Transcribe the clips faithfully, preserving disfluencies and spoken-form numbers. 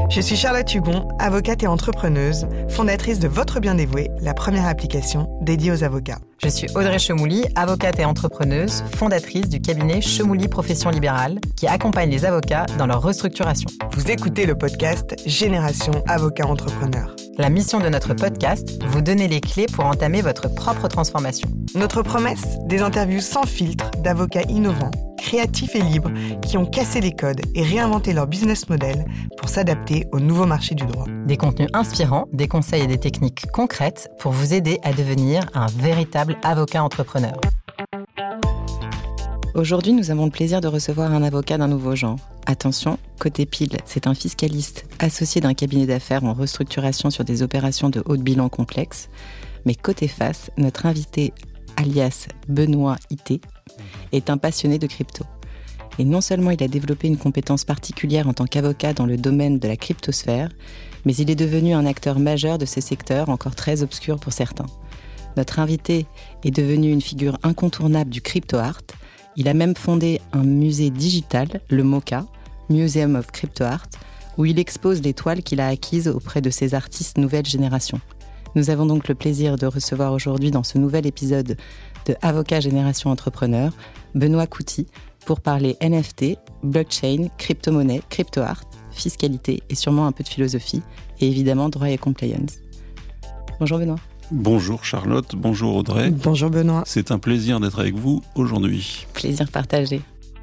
Je suis Charlotte Hugon, avocate et entrepreneuse, fondatrice de Votre Bien Dévoué, la première application dédiée aux avocats. Je suis Audrey Chemouli, avocate et entrepreneuse, fondatrice du cabinet Chemouli Profession Libérale, qui accompagne les avocats dans leur restructuration. Vous écoutez le podcast Génération Avocat Entrepreneur. La mission de notre podcast, vous donner les clés pour entamer votre propre transformation. Notre promesse, des interviews sans filtre d'avocats innovants, créatifs et libres qui ont cassé les codes et réinventé leur business model pour s'adapter au nouveau marché du droit. Des contenus inspirants, des conseils et des techniques concrètes pour vous aider à devenir un véritable avocat entrepreneur. Aujourd'hui, nous avons le plaisir de recevoir un avocat d'un nouveau genre. Attention, côté pile, c'est un fiscaliste associé d'un cabinet d'affaires en restructuration sur des opérations de haut de bilan complexes. Mais côté face, notre invité, alias Benoît Ité, est un passionné de crypto. Et non seulement il a développé une compétence particulière en tant qu'avocat dans le domaine de la cryptosphère, mais il est devenu un acteur majeur de ce secteur encore très obscur pour certains. Notre invité est devenu une figure incontournable du crypto-art. Il a même fondé un musée digital, le MoCA, Museum of Crypto Art, où il expose les toiles qu'il a acquises auprès de ses artistes nouvelle génération. Nous avons donc le plaisir de recevoir aujourd'hui dans ce nouvel épisode de Avocat Génération Entrepreneur, Benoît Couty, pour parler N F T, blockchain, crypto-monnaie, crypto-art, fiscalité et sûrement un peu de philosophie, et évidemment droit et compliance. Bonjour Benoît. Bonjour Charlotte, bonjour Audrey. Bonjour Benoît. C'est un plaisir d'être avec vous aujourd'hui. Plaisir partagé.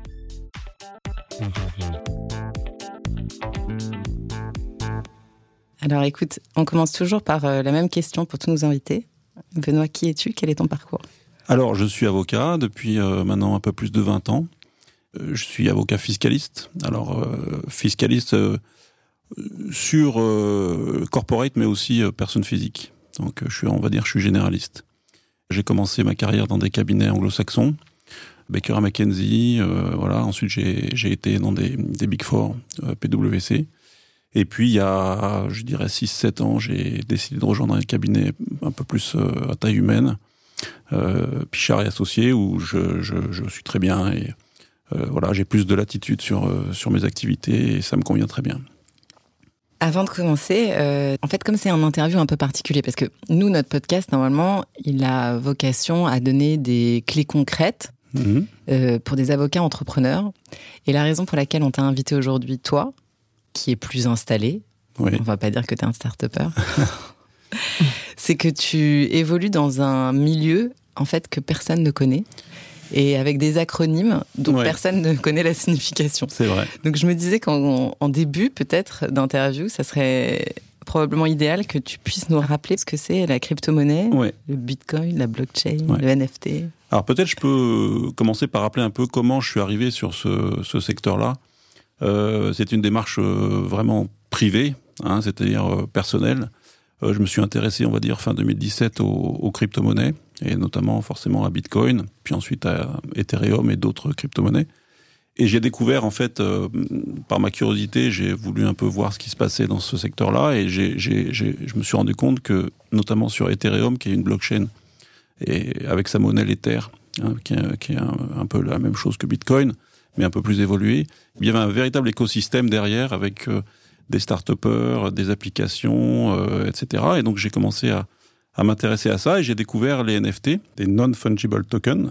Alors écoute, on commence toujours par euh, la même question pour tous nos invités. Benoît, qui es-tu ? Quel est ton parcours ? Alors, je suis avocat depuis euh, maintenant un peu plus de vingt ans. Euh, je suis avocat fiscaliste. Alors, euh, fiscaliste euh, sur euh, corporate, mais aussi euh, personne physique. Donc, je suis, on va dire, je suis généraliste. J'ai commencé ma carrière dans des cabinets anglo-saxons, Baker McKenzie, euh, voilà. Ensuite, j'ai, j'ai été dans des, des Big Four, euh, P W C. Et puis, il y a, je dirais, six sept ans, j'ai décidé de rejoindre un cabinet un peu plus euh, à taille humaine, euh, Pichard et Associés, où je, je, je suis très bien et euh, voilà, j'ai plus de latitude sur, euh, sur mes activités et ça me convient très bien. Avant de commencer, euh, en fait, comme c'est un interview un peu particulier, parce que nous, notre podcast, normalement, il a vocation à donner des clés concrètes mmh. euh, pour des avocats entrepreneurs. Et la raison pour laquelle on t'a invité aujourd'hui, toi, qui est plus installé, oui. On va pas dire que t'es un start-upper, c'est que tu évolues dans un milieu, en fait, que personne ne connaît. Et avec des acronymes dont ouais. personne ne connaît la signification. C'est vrai. Donc je me disais qu'en en début, peut-être, d'interview, ça serait probablement idéal que tu puisses nous rappeler ce que c'est la crypto-monnaie, ouais. le bitcoin, la blockchain, ouais. le N F T. Alors peut-être je peux commencer par rappeler un peu comment je suis arrivé sur ce, ce secteur-là. Euh, c'est une démarche vraiment privée, hein, c'est-à-dire euh, personnelle. Euh, je me suis intéressé, on va dire, fin deux mille dix-sept aux, aux crypto-monnaies, et notamment forcément à Bitcoin, puis ensuite à Ethereum et d'autres crypto-monnaies. Et j'ai découvert, en fait, euh, par ma curiosité, j'ai voulu un peu voir ce qui se passait dans ce secteur-là, et j'ai, j'ai, j'ai, je me suis rendu compte que, notamment sur Ethereum, qui est une blockchain, et avec sa monnaie l'Ether, hein, qui est, qui est un, un peu la même chose que Bitcoin, mais un peu plus évolué, il y avait un véritable écosystème derrière, avec euh, des start-upers, des applications, euh, et cetera. Et donc j'ai commencé à, à m'intéresser à ça, et j'ai découvert les N F T, des non-fungible tokens.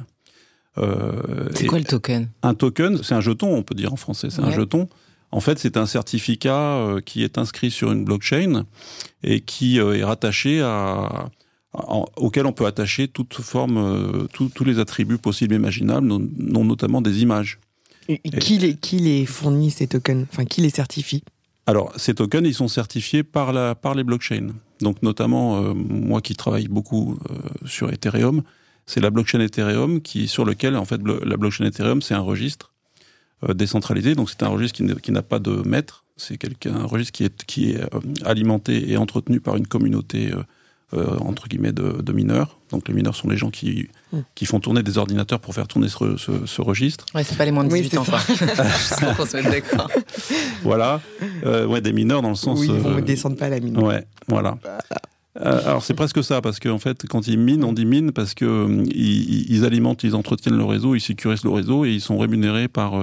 Euh, c'est quoi le token ? Un token, c'est un jeton, on peut dire en français, c'est ouais. un jeton. En fait, c'est un certificat euh, qui est inscrit sur une blockchain et qui euh, est rattaché à, à, auquel on peut attacher toute forme, euh, tout, tous les attributs possibles et imaginables, non, non notamment des images. Et et qui, les, qui les fournit, ces tokens ? Enfin, qui les certifie ? Alors, ces tokens, ils sont certifiés par, la, par les blockchains. Donc, notamment, euh, moi qui travaille beaucoup euh, sur Ethereum, c'est la blockchain Ethereum qui, sur lequel, en fait, la blockchain Ethereum, c'est un registre euh, décentralisé. Donc, c'est un registre qui, qui n'a pas de maître. C'est quelqu'un, un registre qui est, qui est euh, alimenté et entretenu par une communauté euh, euh, entre guillemets de, de mineurs. Donc les mineurs sont les gens qui, mmh. qui font tourner des ordinateurs pour faire tourner ce, ce, ce registre. Ouais, c'est pas les moins de dix-huit oui, ans, quoi. Juste pour qu'on se mette d'accord. Voilà, euh, ouais, des mineurs dans le sens. Oui, ils ne euh, descendent pas à la mine. Ouais, voilà. Euh, alors c'est presque ça, parce qu'en fait, quand ils minent, on dit mine parce que euh, ils, ils alimentent, ils entretiennent le réseau, ils sécurisent le réseau et ils sont rémunérés par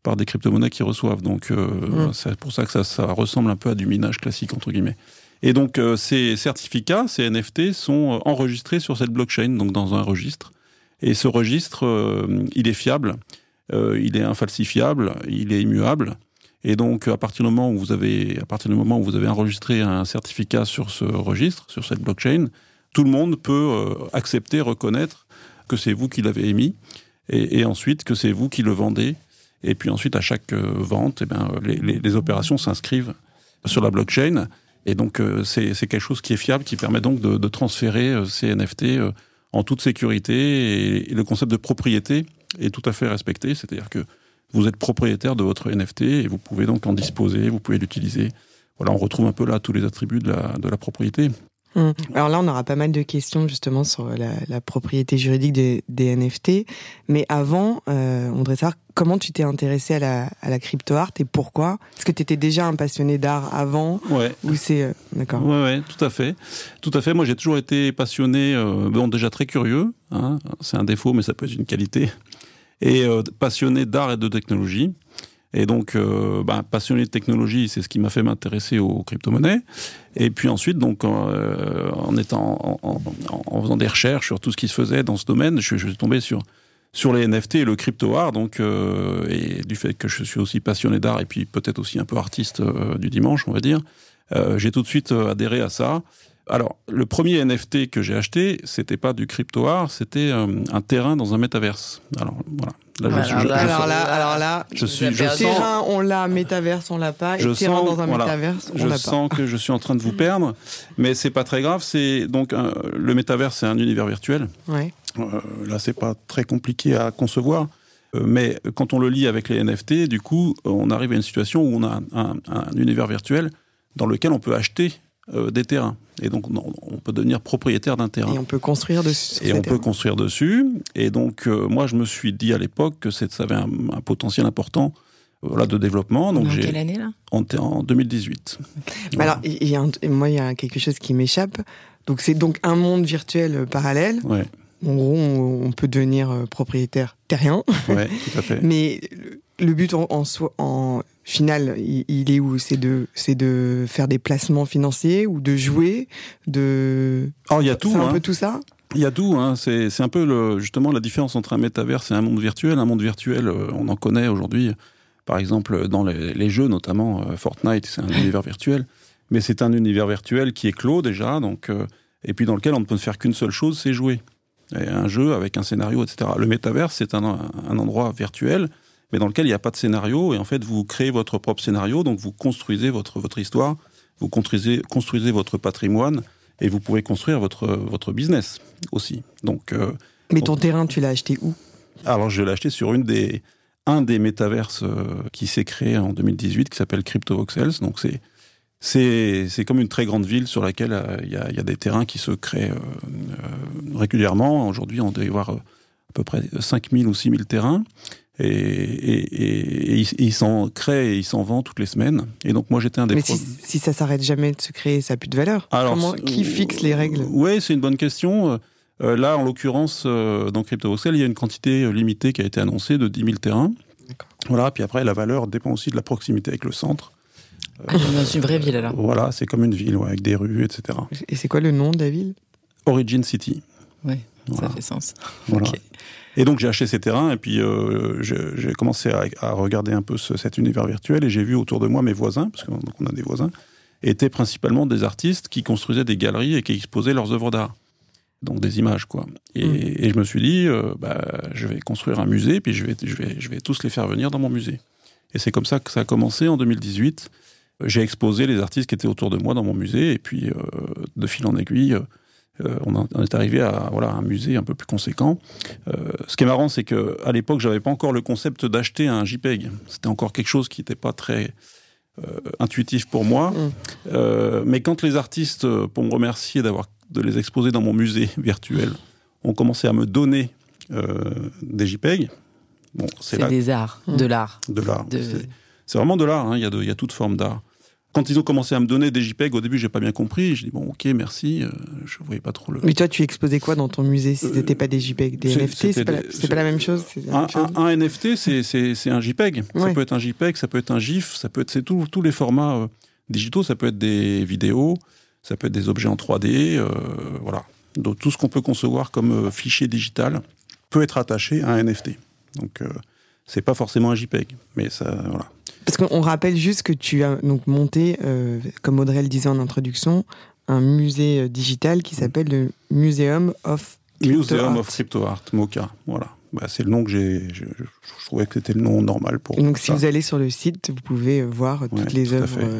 par des crypto-monnaies qu'ils reçoivent. Donc, euh, mmh. c'est pour ça que ça, ça ressemble un peu à du minage classique, entre guillemets. Et donc, euh, ces certificats, ces N F T, sont enregistrés sur cette blockchain, donc dans un registre. Et ce registre, euh, il est fiable, euh, il est infalsifiable, il est immuable. Et donc, à partir du moment où vous avez, à partir du moment où vous avez enregistré un certificat sur ce registre, sur cette blockchain, tout le monde peut euh, accepter, reconnaître que c'est vous qui l'avez émis, et, et ensuite que c'est vous qui le vendez. Et puis ensuite, à chaque euh, vente, eh bien, les, les, les opérations s'inscrivent sur la blockchain. Et donc, euh, c'est, c'est quelque chose qui est fiable, qui permet donc de, de transférer euh, ces N F T euh, en toute sécurité. Et, et le concept de propriété est tout à fait respecté. C'est-à-dire que vous êtes propriétaire de votre N F T et vous pouvez donc en disposer, vous pouvez l'utiliser. Voilà, on retrouve un peu là tous les attributs de la, de la propriété. Mmh. Alors là, on aura pas mal de questions justement sur la, la propriété juridique des, des N F T. Mais avant, euh, on voudrait savoir comment tu t'es intéressé à la, à la crypto-art et pourquoi ? Est-ce que tu étais déjà un passionné d'art avant ? Ouais. Ou c'est... Euh, d'accord. Ouais, ouais, tout à fait. Tout à fait. Moi, j'ai toujours été passionné, euh, bon, déjà très curieux. Hein, c'est un défaut, mais ça peut être une qualité. Et euh, passionné d'art et de technologie. Et donc, euh, bah, passionné de technologie, c'est ce qui m'a fait m'intéresser aux crypto-monnaies. Et puis ensuite, donc, euh, en étant, en, en, en faisant des recherches sur tout ce qui se faisait dans ce domaine, je, je suis tombé sur sur les N F T et le crypto-art. Donc, euh, et du fait que je suis aussi passionné d'art et puis peut-être aussi un peu artiste euh, du dimanche, on va dire, euh, j'ai tout de suite adhéré à ça. Alors, le premier N F T que j'ai acheté, c'était pas du crypto-art, c'était euh, un terrain dans un métaverse. Alors, voilà. Là, voilà, je suis, je, alors, je, alors là, alors là, je suis, je sens, terrain, on l'a, métaverse, on l'a pas, et je terrain sens, dans un voilà, métaverse, on je l'a pas. Je sens que je suis en train de vous perdre, mais c'est pas très grave. C'est donc un, le métaverse, c'est un univers virtuel. Ouais. Euh, là, c'est pas très compliqué à concevoir, euh, mais quand on le lit avec les N F T, du coup, on arrive à une situation où on a un, un, un univers virtuel dans lequel on peut acheter euh, des terrains. Et donc, on, on peut devenir propriétaire d'un terrain. Et on peut construire dessus. Et on peut construire dessus. Et donc, euh, moi, je me suis dit à l'époque que ça avait un, un potentiel important euh, voilà, de développement. Donc, en j'ai, quelle année, là ? On était en deux mille dix-huit. Mais voilà. Alors, il y a un, moi, il y a quelque chose qui m'échappe. Donc, c'est donc un monde virtuel parallèle. Ouais. En gros, on, on peut devenir propriétaire terrien. Ouais, tout à fait. Mais le, le but en, en, soi, en final, il, il est où ? C'est de, c'est de faire des placements financiers ou de jouer, de. Alors, il y a tout. C'est un hein. peu tout ça. Il y a tout. Hein. C'est, c'est un peu le, justement la différence entre un métaverse et un monde virtuel. Un monde virtuel, on en connaît aujourd'hui. Par exemple, dans les, les jeux, notamment Fortnite, c'est un univers virtuel. Mais c'est un univers virtuel qui est clos déjà, donc euh, et puis dans lequel on ne peut faire qu'une seule chose, c'est jouer. Et un jeu avec un scénario, et cetera. Le métaverse, c'est un, un endroit virtuel, mais dans lequel il n'y a pas de scénario, et en fait, vous créez votre propre scénario, donc vous construisez votre, votre histoire, vous construisez, construisez votre patrimoine, et vous pouvez construire votre, votre business aussi. Donc, euh, mais ton donc, terrain, tu l'as acheté où ? Alors, je l'ai acheté sur une des, un des métaverses euh, qui s'est créé en deux mille dix-huit, qui s'appelle CryptoVoxels, donc c'est C'est, c'est comme une très grande ville sur laquelle il euh, y, y a des terrains qui se créent euh, euh, régulièrement. Aujourd'hui, on doit y voir euh, à peu près cinq mille ou six mille terrains. Et, et, et, et, et ils s'en créent et ils s'en vendent toutes les semaines. Et donc, moi, j'étais un des... Mais pro... si, si ça s'arrête jamais de se créer, ça n'a plus de valeur. Alors, Comment, qui fixe les règles ? Oui, c'est une bonne question. Euh, là, en l'occurrence, euh, dans CryptoVoxels, il y a une quantité limitée qui a été annoncée de dix mille terrains. D'accord. Voilà, puis après, la valeur dépend aussi de la proximité avec le centre. Ah, c'est une vraie ville, alors. Voilà, c'est comme une ville, ouais, avec des rues, et cetera. Et c'est quoi le nom de la ville ? Origin City. Oui, voilà. Ça fait sens. Voilà. Okay. Et donc, j'ai acheté ces terrains, et puis euh, j'ai, j'ai commencé à, à regarder un peu ce, cet univers virtuel, et j'ai vu autour de moi mes voisins, parce qu'on on a des voisins, étaient principalement des artistes qui construisaient des galeries et qui exposaient leurs œuvres d'art. Donc, des images, quoi. Et, mmh. et je me suis dit, euh, bah, je vais construire un musée, puis je vais, je, vais, je vais tous les faire venir dans mon musée. Et c'est comme ça que ça a commencé en deux mille dix-huit. J'ai exposé les artistes qui étaient autour de moi dans mon musée, et puis euh, de fil en aiguille, euh, on, a, on est arrivé à voilà, un musée un peu plus conséquent. Euh, ce qui est marrant, c'est qu'à l'époque, j'avais pas encore le concept d'acheter un JPEG. C'était encore quelque chose qui n'était pas très euh, intuitif pour moi. Mmh. Euh, mais quand les artistes, pour me remercier d'avoir de les exposer dans mon musée virtuel, ont commencé à me donner euh, des JPEG, bon, c'est, c'est là, des arts, mmh. de l'art. De l'art. De... C'est, c'est vraiment de l'art, hein. il y a de, il y a toute forme d'art. quand ils ont commencé à me donner des JPEG, au début, j'ai pas bien compris. J'ai dit, bon, ok, merci, euh, je voyais pas trop le... Mais toi, tu exposais quoi dans ton musée si c'était euh, pas des JPEG? Des N F T, c'est pas, des, c'est pas la même chose, c'est un, chose un, un N F T, c'est, c'est, c'est un JPEG. Ouais. Ça peut être un JPEG, ça peut être un GIF, ça peut être... C'est tout, tous les formats euh, digitaux, ça peut être des vidéos, ça peut être des objets en trois D, euh, voilà. Donc, tout ce qu'on peut concevoir comme euh, fichier digital peut être attaché à un N F T. Donc, euh, c'est pas forcément un JPEG, mais ça, voilà. Parce qu'on rappelle juste que tu as donc monté, euh, comme Audrey le disait en introduction, un musée digital qui s'appelle le Museum of Crypto Museum Art. of Crypto Art, MoCA, voilà. Bah, c'est le nom que j'ai... Je, je, je trouvais que c'était le nom normal pour... Et donc, ça. Si vous allez sur le site, vous pouvez voir ouais, toutes les œuvres euh,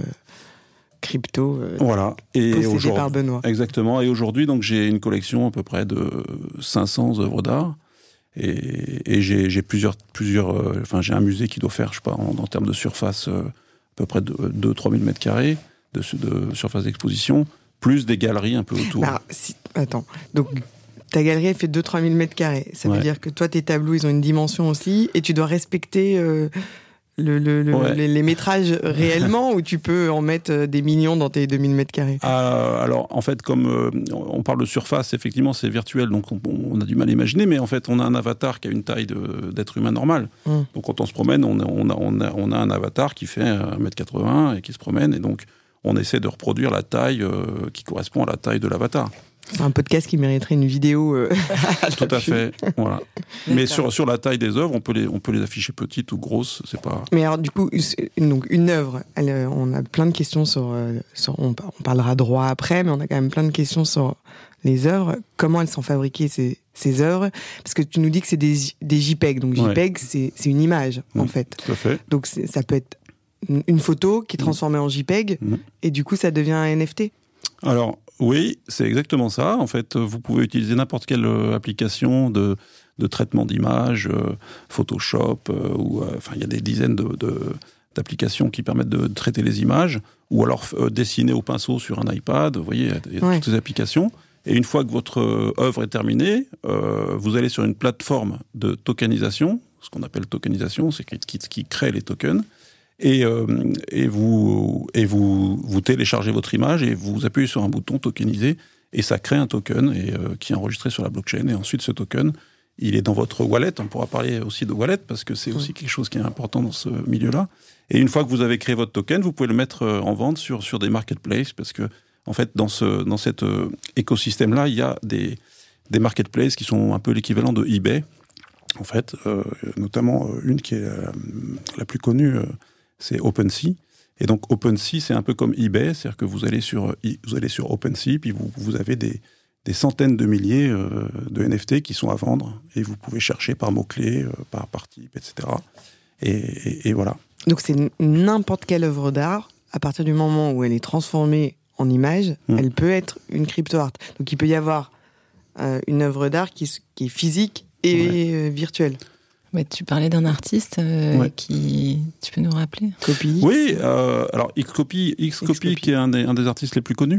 crypto euh, voilà. Et possédées par Benoît. Exactement. Et aujourd'hui, donc, j'ai une collection à peu près de cinq cents œuvres d'art. Et, et j'ai, j'ai plusieurs, plusieurs, euh, enfin j'ai un musée qui doit faire, je sais pas, en, en termes de surface, euh, à peu près de deux à trois mille mètres carrés de, de surface d'exposition, plus des galeries un peu autour. Bah, si, attends, donc ta galerie elle fait deux à trois mille mètres carrés. Ça ouais. veut dire que toi tes tableaux ils ont une dimension aussi et tu dois respecter euh, le, le, le, ouais. les, les métrages réellement ou tu peux en mettre des millions dans tes deux mille mètres carrés? euh, Alors en fait, comme euh, on parle de surface, effectivement c'est virtuel, donc on, on a du mal à imaginer, mais en fait on a un avatar qui a une taille de, d'être humain normal. Mmh. Donc quand on se promène, on a, on, a, on, a, on a un avatar qui fait un mètre quatre-vingts et qui se promène, et donc on essaie de reproduire la taille euh, qui correspond à la taille de l'avatar. C'est un podcast qui mériterait une vidéo. Euh, à Tout à fait, voilà. Mais sur, sur la taille des œuvres, on peut les, on peut les afficher petites ou grosses, c'est pas... Mais alors du coup, donc une œuvre, elle, on a plein de questions sur, sur on, on parlera droit après, mais on a quand même plein de questions sur les œuvres. Comment elles sont fabriquées, ces, ces œuvres? Parce que tu nous dis que c'est des, des JPEG, donc JPEG, ouais. c'est, c'est une image, mmh, en fait. Tout à fait. Donc ça peut être une photo qui est transformée mmh. en JPEG, mmh. et du coup, ça devient un N F T? Alors... Oui, c'est exactement ça. En fait, vous pouvez utiliser n'importe quelle euh, application de, de traitement d'image, euh, Photoshop, euh, ou enfin, euh, il y a des dizaines de, de, d'applications qui permettent de, de traiter les images, ou alors euh, dessiner au pinceau sur un iPad. Vous voyez, il y a ouais. toutes ces applications. Et une fois que votre euh, œuvre est terminée, euh, vous allez sur une plateforme de tokenisation, ce qu'on appelle tokenisation, c'est qui, qui, qui crée les tokens. Et, euh, et, vous, et vous, vous téléchargez votre image et vous appuyez sur un bouton tokeniser et ça crée un token et, euh, qui est enregistré sur la blockchain. Et ensuite, ce token, il est dans votre wallet. On pourra parler aussi de wallet parce que c'est aussi quelque chose qui est important dans ce milieu-là. Et une fois que vous avez créé votre token, vous pouvez le mettre en vente sur, sur des marketplaces parce que, en fait, dans, ce, dans cet euh, écosystème-là, il y a des, des marketplaces qui sont un peu l'équivalent de eBay. En fait, euh, notamment une qui est la, la plus connue, euh, c'est OpenSea. Et donc, OpenSea, c'est un peu comme eBay, c'est-à-dire que vous allez sur, vous allez sur OpenSea, puis vous, vous avez des, des centaines de milliers euh, de N F T qui sont à vendre, et vous pouvez chercher par mots-clés, euh, par, par type, et cetera. Et, et, et voilà. Donc, c'est n'importe quelle œuvre d'art, à partir du moment où elle est transformée en image, mmh. elle peut être une crypto-art. Donc, il peut y avoir euh, une œuvre d'art qui, qui est physique et ouais. euh, virtuelle. Mais tu parlais d'un artiste euh, ouais. qui... Tu peux nous rappeler? Copy. Oui, euh, alors Xcopy, Xcopy qui est un des, un des artistes les plus connus,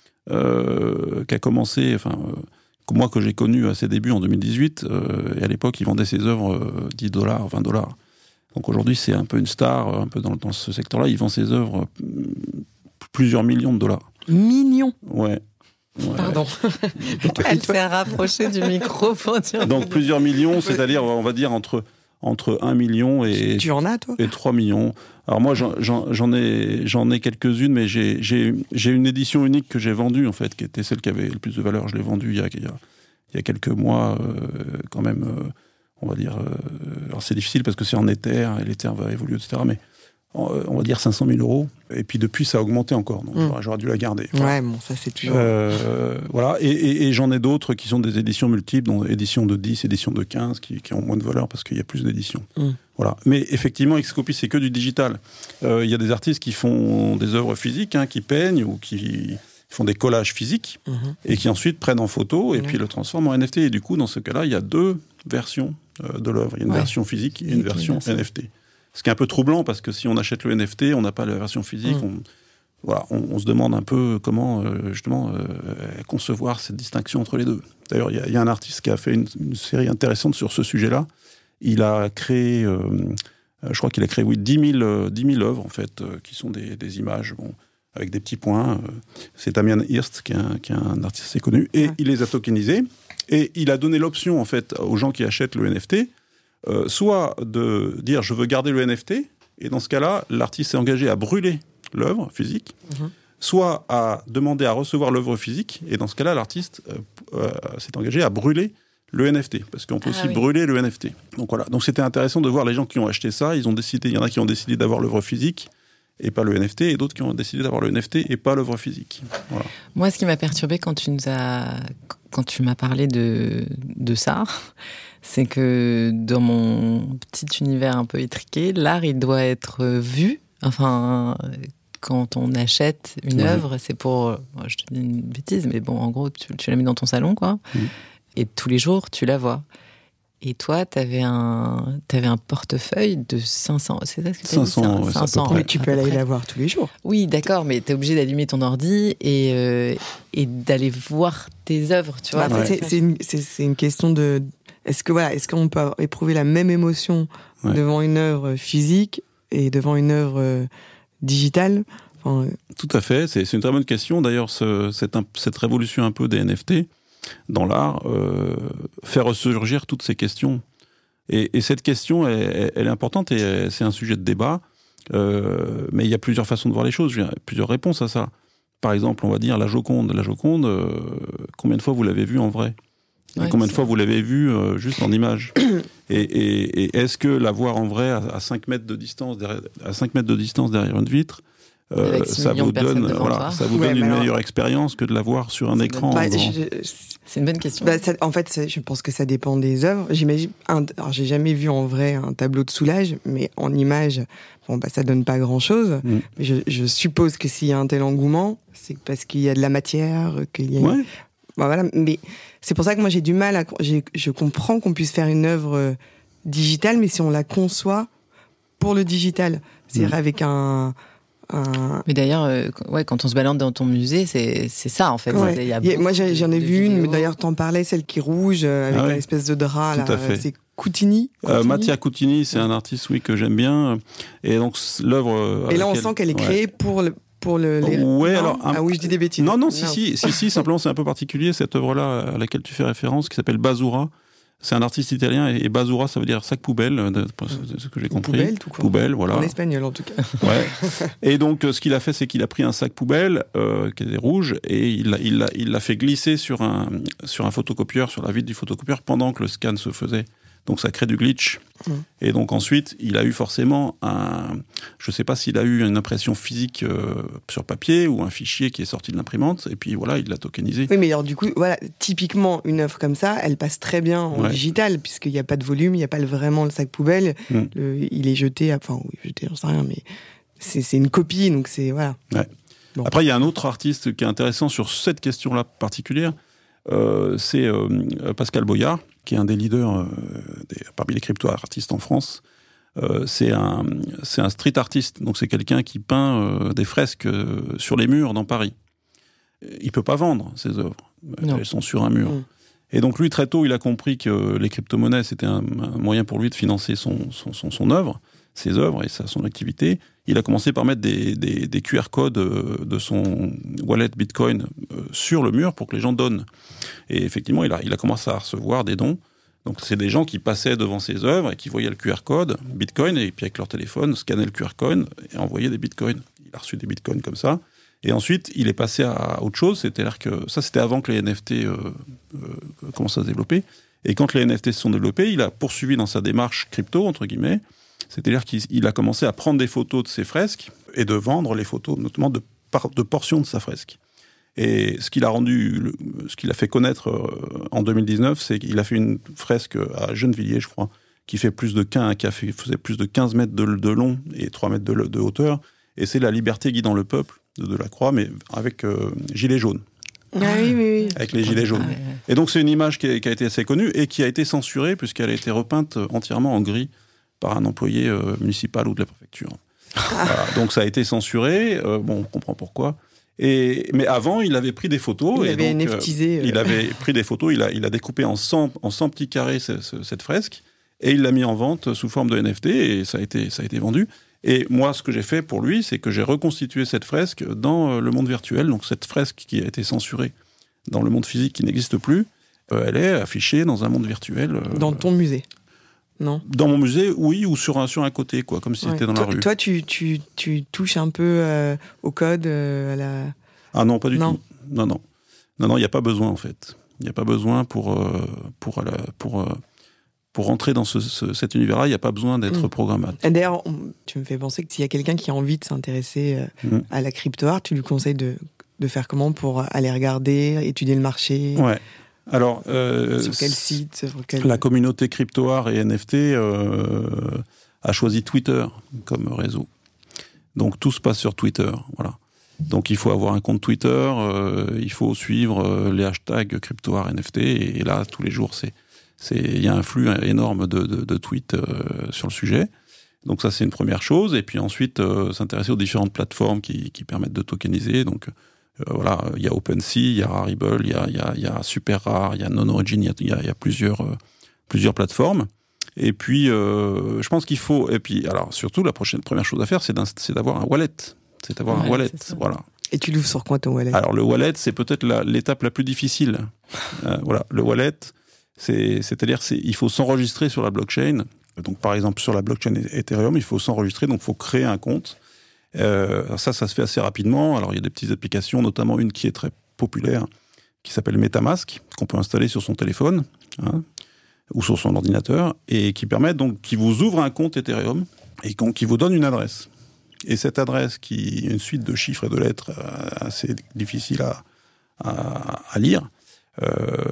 euh, qui a commencé, enfin, euh, moi que j'ai connu à ses débuts en deux mille dix-huit, euh, et à l'époque il vendait ses œuvres euh, dix dollars, vingt dollars. Donc aujourd'hui c'est un peu une star, un peu dans, dans ce secteur-là, il vend ses œuvres euh, plusieurs millions de dollars. Millions? Ouais. Ouais. Pardon. Elle s'est rapprochée du micro pour dire... Donc plusieurs millions, c'est-à-dire, on va dire, entre, entre un million et, tu en as, toi et trois millions. Alors moi, j'en, j'en, j'en, ai, j'en ai quelques-unes, mais j'ai, j'ai, j'ai une édition unique que j'ai vendue, en fait, qui était celle qui avait le plus de valeur. Je l'ai vendue il y a, il y a, il y a quelques mois, euh, quand même, euh, on va dire... Euh, alors c'est difficile parce que c'est en Ether, et l'Ether va évoluer, et cetera, mais... on va dire cinq cent mille euros, et puis depuis ça a augmenté encore, donc mmh. j'aurais, j'aurais dû la garder. Voilà. Ouais, bon, ça c'est toujours... Euh, voilà, et, et, et j'en ai d'autres qui sont des éditions multiples, dont édition de dix, édition de quinze, qui, qui ont moins de valeur parce qu'il y a plus d'éditions. Mmh. Voilà. Mais effectivement, Xcopy, c'est que du digital. Il euh, y a des artistes qui font des œuvres physiques, hein, qui peignent, ou qui font des collages physiques, mmh. et qui ensuite prennent en photo, et mmh. puis le transforment en N F T. Et du coup, dans ce cas-là, il y a deux versions euh, de l'œuvre. Il y a une ouais. version physique et une version N F T. Ce qui est un peu troublant, parce que si on achète le N F T, on n'a pas la version physique, mmh. on, voilà, on, on se demande un peu comment, euh, justement, euh, concevoir cette distinction entre les deux. D'ailleurs, il y, y a un artiste qui a fait une, une série intéressante sur ce sujet-là. Il a créé euh, Euh, je crois qu'il a créé, oui, dix mille, euh, dix mille œuvres, en fait, euh, qui sont des, des images, bon, avec des petits points. Euh, c'est Damien Hirst, qui est, un, qui est un artiste assez connu. Et ouais. il les a tokenisés. Et il a donné l'option, en fait, aux gens qui achètent le N F T, euh, soit de dire « je veux garder le N F T », et dans ce cas-là, l'artiste s'est engagé à brûler l'œuvre physique, mmh. soit à demander à recevoir l'œuvre physique, et dans ce cas-là, l'artiste euh, euh, s'est engagé à brûler le N F T, parce qu'on peut ah, aussi oui. brûler le N F T. Donc voilà, donc c'était intéressant de voir les gens qui ont acheté ça, ils ont décidé, il y en a qui ont décidé d'avoir l'œuvre physique, et pas le N F T, et d'autres qui ont décidé d'avoir le N F T et pas l'œuvre physique. Voilà. Moi, ce qui m'a perturbé quand tu nous as, quand tu m'as parlé de, de ça, c'est que dans mon petit univers un peu étriqué, l'art, il doit être vu. Enfin, quand on achète une ouais. œuvre, c'est pour, je te dis une bêtise, mais bon, en gros, tu, tu l'as mis dans ton salon, quoi. Mmh. Et tous les jours, tu la vois. Et toi, tu avais un, t'avais un portefeuille de cinq cents, c'est ça ce que tu as dit, cinq cents, ouais, cinq cents. Mais tu peux aller la voir tous les jours. Oui, d'accord, mais tu es obligé d'allumer ton ordi et, euh, et d'aller voir tes œuvres, tu vois. Bah, ouais. c'est, c'est, une, c'est, c'est une question de... Est-ce, que, voilà, est-ce qu'on peut éprouver la même émotion ouais. devant une œuvre physique et devant une œuvre euh, digitale? Enfin, Tout à fait, c'est, c'est une très bonne question. D'ailleurs, ce, cette, cette révolution un peu des N F T dans l'art, euh, faire ressurgir toutes ces questions. Et, et cette question, elle, elle est importante et c'est un sujet de débat, euh, mais il y a plusieurs façons de voir les choses, il y a plusieurs réponses à ça. Par exemple, on va dire la Joconde. La Joconde, euh, combien de fois vous l'avez vue en vrai ? Et ouais, combien de fois vous l'avez vue euh, juste en image ? et, et, et est-ce que la voir en vrai à, à cinq mètres de distance derrière, à cinq mètres de distance derrière une vitre, Euh, ça vous donne, voilà, ça vous ouais, donne une alors... meilleure expérience que de la voir sur un c'est écran. Bah, dans... je, c'est une bonne question. Bah, ça, en fait, ça, je pense que ça dépend des œuvres. J'imagine. Un, alors, j'ai jamais vu en vrai un tableau de Soulages, mais en image, bon, bah, ça donne pas grand-chose. Mm. Mais je, je suppose que s'il y a un tel engouement, c'est parce qu'il y a de la matière, qu'il y a. Ouais. Une... Bah, voilà. Mais c'est pour ça que moi j'ai du mal à. J'ai, je comprends qu'on puisse faire une œuvre digitale, mais si on la conçoit pour le digital, c'est-à-dire mm. avec un Un... Mais d'ailleurs, euh, ouais, quand on se balade dans ton musée, c'est, c'est ça en fait. Ouais. Il y a y a, moi j'en ai de, vu de une, mais d'ailleurs t'en parlais, celle qui est rouge, euh, avec ah ouais. une espèce de drap. Tout là, à fait. C'est Coutini. Euh, Mattia Coutini, c'est un artiste oui, que j'aime bien. Et donc l'œuvre. Et là on laquelle... sent qu'elle est créée ouais. pour le. Pour le, les... Ouais, alors, un... Ah oui, je dis des bêtises. Non, non, si, si, si, si, simplement c'est un peu particulier cette œuvre-là à laquelle tu fais référence, qui s'appelle Basura. C'est un artiste italien et Basura, ça veut dire sac poubelle, c'est ce que j'ai compris. Poubelle, tout court. Poubelle, voilà. En espagnol, en tout cas. Ouais. Et donc, ce qu'il a fait, c'est qu'il a pris un sac poubelle euh, qui était rouge et il l'a, il l'a, il l'a fait glisser sur un sur un photocopieur, sur la vitre du photocopieur pendant que le scan se faisait. Donc, ça crée du glitch. Mmh. Et donc, ensuite, il a eu forcément un... Je ne sais pas s'il a eu une impression physique euh, sur papier ou un fichier qui est sorti de l'imprimante. Et puis, voilà, il l'a tokenisé. Oui, mais alors, du coup, voilà, typiquement, une œuvre comme ça, elle passe très bien en ouais. digital, puisqu'il n'y a pas de volume, il n'y a pas le, vraiment le sac poubelle. Mmh. Le, il est jeté... À, enfin, oui, jeté, j'en sais rien, mais c'est, c'est une copie, donc c'est... Voilà. Ouais. Bon. Après, il y a un autre artiste qui est intéressant sur cette question-là particulière. Euh, c'est euh, Pascal Boyard, qui est un des leaders euh, des, parmi les crypto-artistes en France. Euh, c'est, un, c'est un street artiste, donc c'est quelqu'un qui peint euh, des fresques euh, sur les murs dans Paris. Il ne peut pas vendre ses œuvres, non. Elles sont sur un mur. Mmh. Et donc lui, très tôt, il a compris que les crypto-monnaies, c'était un, un moyen pour lui de financer son, son, son, son œuvre, ses œuvres et sa, son activité. Il a commencé par mettre des, des, des Q R codes de son wallet Bitcoin sur le mur pour que les gens donnent. Et effectivement, il a, il a commencé à recevoir des dons. Donc, c'est des gens qui passaient devant ses œuvres et qui voyaient le Q R code Bitcoin et puis avec leur téléphone, scannaient le Q R code et envoyaient des Bitcoins. Il a reçu des Bitcoins comme ça. Et ensuite, il est passé à autre chose. C'est-à-dire que ça, c'était avant que les N F T euh, euh, commencent à se développer. Et quand les N F T se sont développés, il a poursuivi dans sa démarche crypto, entre guillemets. C'est-à-dire qu'il a commencé à prendre des photos de ses fresques et de vendre les photos, notamment de, par, de portions de sa fresque. Et ce qu'il a rendu, le, ce qu'il a fait connaître euh, en deux mille dix-neuf, c'est qu'il a fait une fresque à Gennevilliers, je crois, qui fait plus de quinze, qui a fait, faisait plus de quinze mètres de, de long et trois mètres de, de hauteur. Et c'est La liberté guidant le peuple de Delacroix, mais avec euh, gilet jaune. Ah oui, oui, oui. Avec les gilets jaunes. Ah, oui, oui. Et donc c'est une image qui a, qui a été assez connue et qui a été censurée puisqu'elle a été repeinte entièrement en gris par un employé euh, municipal ou de la préfecture. Voilà. Donc ça a été censuré, euh, bon, on comprend pourquoi. Et, mais avant, il avait pris des photos. Il et avait donc, NFTisé. Euh, il avait pris des photos, il a, il a découpé en cent, en cent petits carrés ce, ce, cette fresque, et il l'a mis en vente sous forme de N F T, et ça a été, ça a été vendu. Et moi, ce que j'ai fait pour lui, c'est que j'ai reconstitué cette fresque dans le monde virtuel. Donc cette fresque qui a été censurée dans le monde physique, qui n'existe plus, euh, elle est affichée dans un monde virtuel. Euh, dans ton musée? Non. Dans mon musée, oui, ou sur un, sur un côté, quoi, comme si ouais. c'était dans toi, la rue. Toi, tu, tu, tu touches un peu euh, au code, euh, à la... Ah non, pas du non. tout. Non, non. Non, non, il n'y a pas besoin, en fait. Il n'y a pas besoin pour, euh, pour, pour, pour, euh, pour rentrer dans ce, ce, cet univers-là, il n'y a pas besoin d'être mmh. programmable. Et d'ailleurs, on, tu me fais penser que s'il y a quelqu'un qui a envie de s'intéresser euh, mmh. à la crypto-art, tu lui conseilles de, de faire comment pour aller regarder, étudier le marché? Ouais. Alors, euh, sur quel site sur quel... La communauté crypto-art et N F T euh, a choisi Twitter comme réseau. Donc tout se passe sur Twitter, voilà. Donc il faut avoir un compte Twitter, euh, il faut suivre euh, les hashtags crypto-art N F T, et, et là tous les jours c'est c'est il y a un flux énorme de, de, de tweets euh, sur le sujet. Donc ça c'est une première chose, et puis ensuite euh, s'intéresser aux différentes plateformes qui, qui permettent de tokeniser. Donc Euh, voilà, il y a OpenSea, il y a Rarible, il y a, il y a, il y a SuperRare, il y a NonOrigin, il y a, il y a, il y a plusieurs, euh, plusieurs plateformes. Et puis, euh, je pense qu'il faut... Et puis, alors, surtout, la prochaine, première chose à faire, c'est, c'est d'avoir un wallet. C'est d'avoir ouais, un wallet, voilà. Et tu l'ouvres sur quoi, ton wallet? Alors, le wallet, c'est peut-être la, l'étape la plus difficile. euh, voilà, le wallet, c'est, c'est-à-dire c'est, il faut s'enregistrer sur la blockchain. Donc, par exemple, sur la blockchain Ethereum, il faut s'enregistrer, donc il faut créer un compte. Euh, ça, ça se fait assez rapidement. Alors, il y a des petites applications, notamment une qui est très populaire, qui s'appelle MetaMask, qu'on peut installer sur son téléphone, hein, ou sur son ordinateur, et qui permet donc, qui vous ouvre un compte Ethereum, et qui vous donne une adresse. Et cette adresse, qui est une suite de chiffres et de lettres assez difficile à, à, à lire, euh,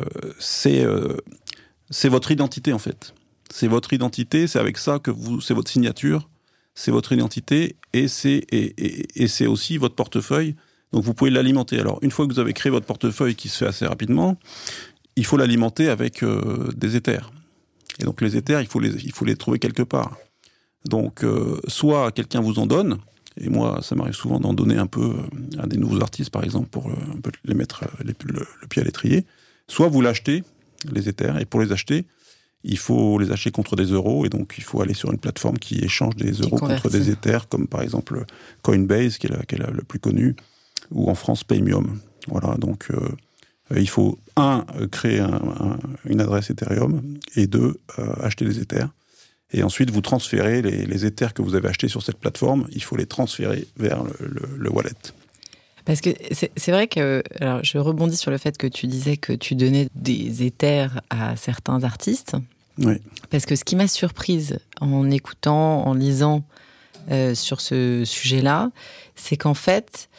c'est, euh, c'est votre identité, en fait. C'est votre identité, c'est avec ça que vous, c'est votre signature, c'est votre identité, et c'est, et, et, et c'est aussi votre portefeuille. Donc vous pouvez l'alimenter. Alors une fois que vous avez créé votre portefeuille, qui se fait assez rapidement, il faut l'alimenter avec euh, des Ethers. Et donc les Ethers, il faut les, il faut les trouver quelque part. Donc euh, soit quelqu'un vous en donne, et moi ça m'arrive souvent d'en donner un peu à des nouveaux artistes, par exemple, pour euh, un peu les mettre les, le, le pied à l'étrier, soit vous l'achetez, les Ethers, et pour les acheter, il faut les acheter contre des euros, et donc il faut aller sur une plateforme qui échange des euros contre des Ethers, comme par exemple Coinbase, qui est la, qui est la, la plus connue, ou en France Paymium. Voilà, donc euh, il faut, un, créer un, un, une adresse Ethereum, et deux, euh, acheter des Ethers. Et ensuite, vous transférez les, les Ethers que vous avez achetés sur cette plateforme, il faut les transférer vers le, le, le wallet. Parce que c'est, c'est vrai que, alors je rebondis sur le fait que tu disais que tu donnais des Ethers à certains artistes. Oui. Parce que ce qui m'a surprise en écoutant, en lisant euh, sur ce sujet-là, c'est qu'en fait,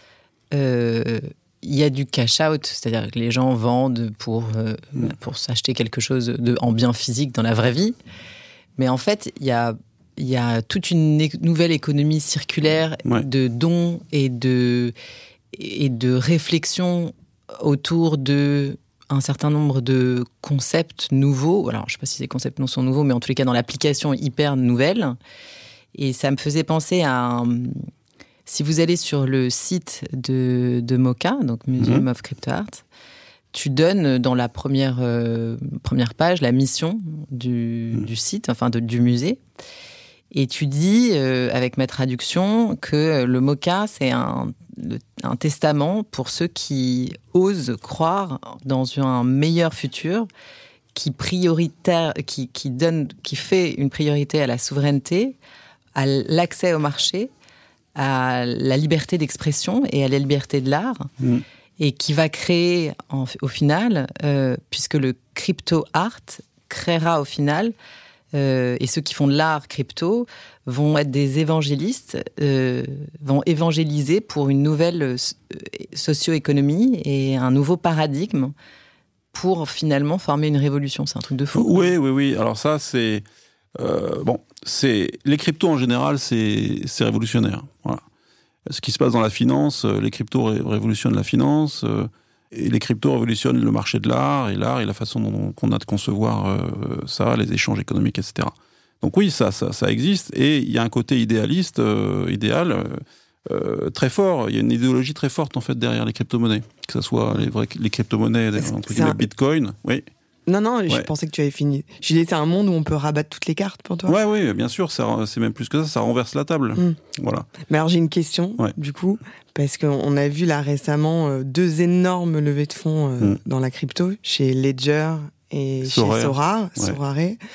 euh, il y a du cash-out, c'est-à-dire que les gens vendent pour, euh, mmh. pour s'acheter quelque chose de, en bien physique dans la vraie vie. Mais en fait, il y a, il y a toute une é- nouvelle économie circulaire ouais. de dons et de... et de réflexion autour de un certain nombre de concepts nouveaux. Alors, je ne sais pas si ces concepts non sont nouveaux, mais en tous les cas, dans l'application hyper nouvelle. Et ça me faisait penser à... Un, si vous allez sur le site de, de MoCA, donc Museum mmh. of Crypto Art, tu donnes dans la première, euh, première page la mission du, mmh. du site, enfin de, du musée. Et tu dis, euh, avec ma traduction, que le MoCA, c'est un, un testament pour ceux qui osent croire dans un meilleur futur, qui, prioritaire, qui, qui, donne, qui fait une priorité à la souveraineté, à l'accès au marché, à la liberté d'expression et à la liberté de l'art, mmh. et qui va créer, en, au final, euh, puisque le crypto art créera au final... Euh, et ceux qui font de l'art crypto vont être des évangélistes, euh, vont évangéliser pour une nouvelle socio-économie et un nouveau paradigme pour finalement former une révolution. C'est un truc de fou. Oui, oui, oui. Alors ça, c'est... Euh, bon, c'est... Les cryptos, en général, c'est, c'est révolutionnaire. Voilà. Ce qui se passe dans la finance, les cryptos ré- révolutionnent la finance... Euh, Et les cryptos révolutionnent le marché de l'art, et l'art et la façon dont on a de concevoir euh, ça, les échanges économiques, et cetera. Donc oui, ça, ça, ça existe, et il y a un côté idéaliste, euh, idéal, euh, très fort. Il y a une idéologie très forte, en fait, derrière les crypto-monnaies. Que ce soit les, vrais, les crypto-monnaies, entre guillemets, Bitcoin, oui. Non, non, je Ouais. pensais que tu avais fini. Je disais, c'est un monde où on peut rabattre toutes les cartes pour toi. Ouais, oui, bien sûr, ça, c'est même plus que ça, ça renverse la table. Mm. Voilà. Mais alors j'ai une question, Ouais. du coup, parce qu'on a vu là récemment euh, deux énormes levées de fonds euh, Mm. dans la crypto, chez Ledger et Sorare. chez Sorare, Ouais. Sorare.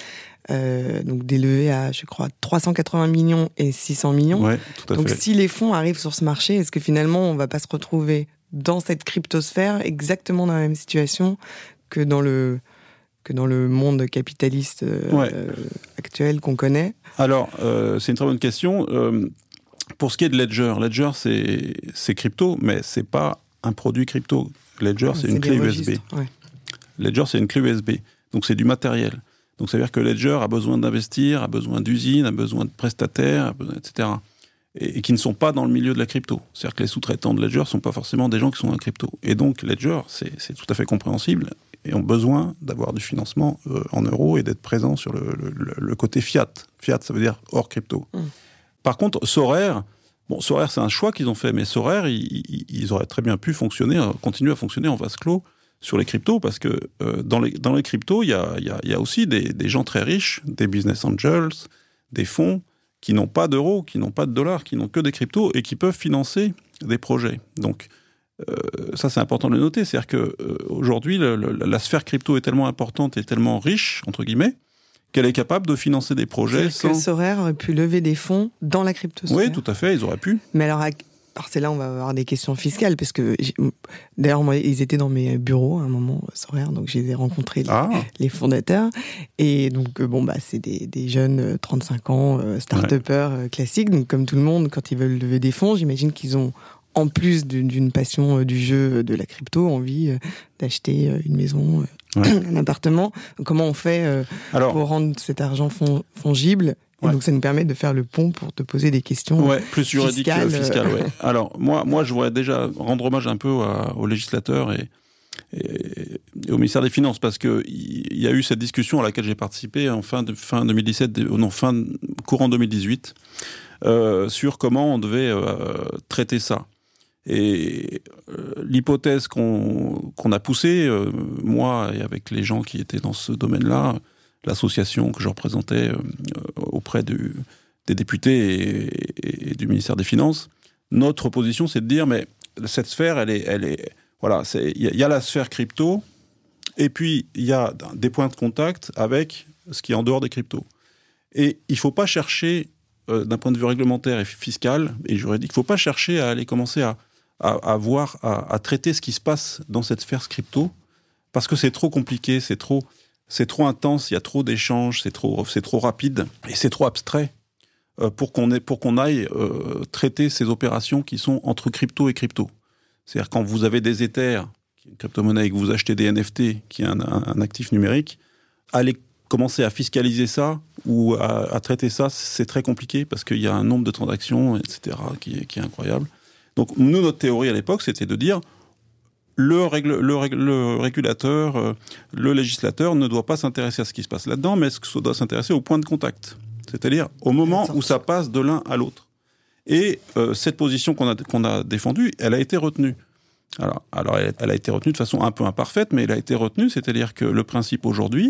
Euh, donc des levées à, je crois, trois cent quatre-vingts millions et six cents millions. Ouais, tout à donc fait. si les fonds arrivent sur ce marché, est-ce que finalement on va pas se retrouver dans cette cryptosphère exactement dans la même situation que dans le que dans le monde capitaliste euh, Ouais. euh, actuel qu'on connaît? Alors, euh, c'est une très bonne question. Euh, pour ce qui est de Ledger, Ledger, c'est, c'est crypto, mais c'est pas un produit crypto. Ledger, c'est, une des clé U S B. registres, ouais. Ledger, c'est une clé U S B. Donc, c'est du matériel. Donc, ça veut dire que Ledger a besoin d'investir, a besoin d'usines, a besoin de prestataires, a besoin, et cetera. Et, et qui ne sont pas dans le milieu de la crypto. C'est-à-dire que les sous-traitants de Ledger ne sont pas forcément des gens qui sont dans la crypto. Et donc, Ledger, c'est, c'est tout à fait compréhensible, et ont besoin d'avoir du financement euh, en euros et d'être présents sur le, le, le côté fiat. Fiat, ça veut dire hors crypto. Mm. Par contre, Sorare, bon, Sorare, c'est un choix qu'ils ont fait, mais Sorare, ils, ils, ils auraient très bien pu fonctionner, continuer à fonctionner en vase clos sur les cryptos, parce que euh, dans, les, dans les cryptos, il y a, y, a, y a aussi des, des gens très riches, des business angels, des fonds qui n'ont pas d'euros, qui n'ont pas de dollars, qui n'ont que des cryptos et qui peuvent financer des projets. Donc, euh, ça, c'est important de le noter. C'est-à-dire qu'aujourd'hui, euh, la sphère crypto est tellement importante et tellement riche, entre guillemets, qu'elle est capable de financer des projets sans... que Sorare aurait pu lever des fonds dans la cryptosphère. Oui, tout à fait, ils auraient pu. Mais alors, alors c'est là on va avoir des questions fiscales, parce que d'ailleurs, moi, ils étaient dans mes bureaux à un moment, Sorare, donc je les ai rencontrés, les, ah. les fondateurs. Et donc, bon, bah, c'est des, des jeunes trente-cinq ans, start-upers ouais. classiques. Donc, comme tout le monde, quand ils veulent lever des fonds, j'imagine qu'ils ont, en plus d'une, d'une passion du jeu, de la crypto, envie d'acheter une maison, ouais. un appartement. Comment on fait Alors, pour rendre cet argent fong, fongible? Et ouais. donc ça nous permet de faire le pont pour te poser des questions ouais, plus juridiques fiscales. fiscales. Ouais. Alors moi, moi, je voudrais déjà rendre hommage un peu à, aux législateurs et, et, et au ministère des Finances, parce que il y a eu cette discussion à laquelle j'ai participé en fin de fin deux mille dix-sept, non fin courant deux mille dix-huit, euh, sur comment on devait euh, traiter ça. Et euh, l'hypothèse qu'on, qu'on a poussée, euh, moi et avec les gens qui étaient dans ce domaine-là, l'association que je représentais euh, auprès du, des députés et, et, et du ministère des Finances, notre position, c'est de dire, mais cette sphère, elle est, elle est, voilà, il y, y a la sphère crypto, et puis il y a des points de contact avec ce qui est en dehors des cryptos. Et il ne faut pas chercher, euh, d'un point de vue réglementaire et fiscal et juridique, il ne faut pas chercher à aller commencer à À, à voir, à, à traiter ce qui se passe dans cette sphère crypto, parce que c'est trop compliqué, c'est trop, c'est trop intense, il y a trop d'échanges, c'est trop, c'est trop rapide et c'est trop abstrait euh, pour qu'on ait, pour qu'on aille euh, traiter ces opérations qui sont entre crypto et crypto. C'est-à-dire quand vous avez des Ethers, qui est une crypto-monnaie, et que vous achetez des N F T, qui est un, un, un actif numérique, aller commencer à fiscaliser ça ou à, à traiter ça, c'est très compliqué parce qu'il y a un nombre de transactions, et cetera, qui est, qui est incroyable. Donc, nous, notre théorie à l'époque, c'était de dire le, règle, le, règle, le régulateur, euh, le législateur ne doit pas s'intéresser à ce qui se passe là-dedans, mais ce doit s'intéresser au point de contact. C'est-à-dire au moment où ça passe de l'un à l'autre. Et euh, cette position qu'on a, qu'on a défendue, elle a été retenue. Alors, alors elle, elle a été retenue de façon un peu imparfaite, mais elle a été retenue, c'est-à-dire que le principe aujourd'hui,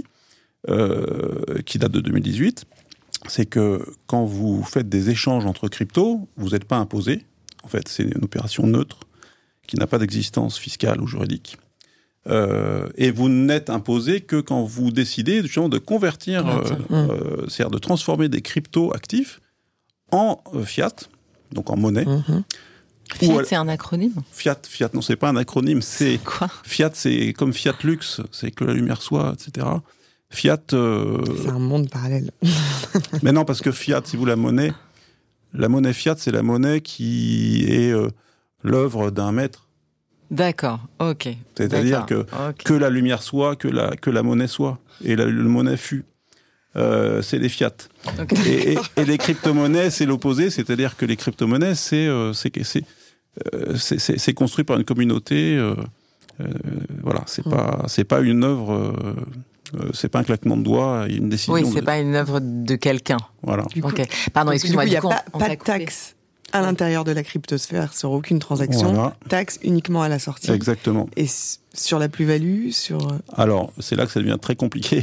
euh, qui date de deux mille dix-huit, c'est que quand vous faites des échanges entre cryptos, vous n'êtes pas imposé. En fait, c'est une opération neutre qui n'a pas d'existence fiscale ou juridique. Euh, et vous n'êtes imposé que quand vous décidez justement de convertir, euh, euh, c'est-à-dire de transformer des crypto-actifs en euh, fiat, donc en monnaie. Mmh. Fiat, elle... c'est un acronyme ? Fiat, Fiat, non, c'est pas un acronyme. C'est, c'est quoi ? Fiat, c'est comme Fiat Lux, c'est que la lumière soit, et cetera. Fiat... Euh... C'est un monde parallèle. Mais non, parce que Fiat, si vous la monnaie... La monnaie fiat, c'est la monnaie qui est euh, l'œuvre d'un maître. D'accord, ok. C'est-à-dire D'accord. que, okay. que la lumière soit, que la, que la monnaie soit. Et la, la monnaie fut. Euh, c'est les fiat. Okay. Et, et, et les crypto-monnaies, c'est l'opposé. C'est-à-dire que les crypto-monnaies, c'est, euh, c'est, c'est, euh, c'est, c'est, c'est construit par une communauté. Euh, euh, voilà, c'est, mmh. pas, c'est pas une œuvre... Euh, Euh, c'est pas un claquement de doigts, une décision. Oui, c'est de... pas une œuvre de quelqu'un. Voilà. Du coup, okay. Pardon, excuse-moi. Il n'y a coup, pas, on, pas on de taxe à l'intérieur de la cryptosphère sur aucune transaction, voilà. Taxe uniquement à la sortie. Exactement. Et sur la plus-value, sur... Alors, c'est là que ça devient très compliqué.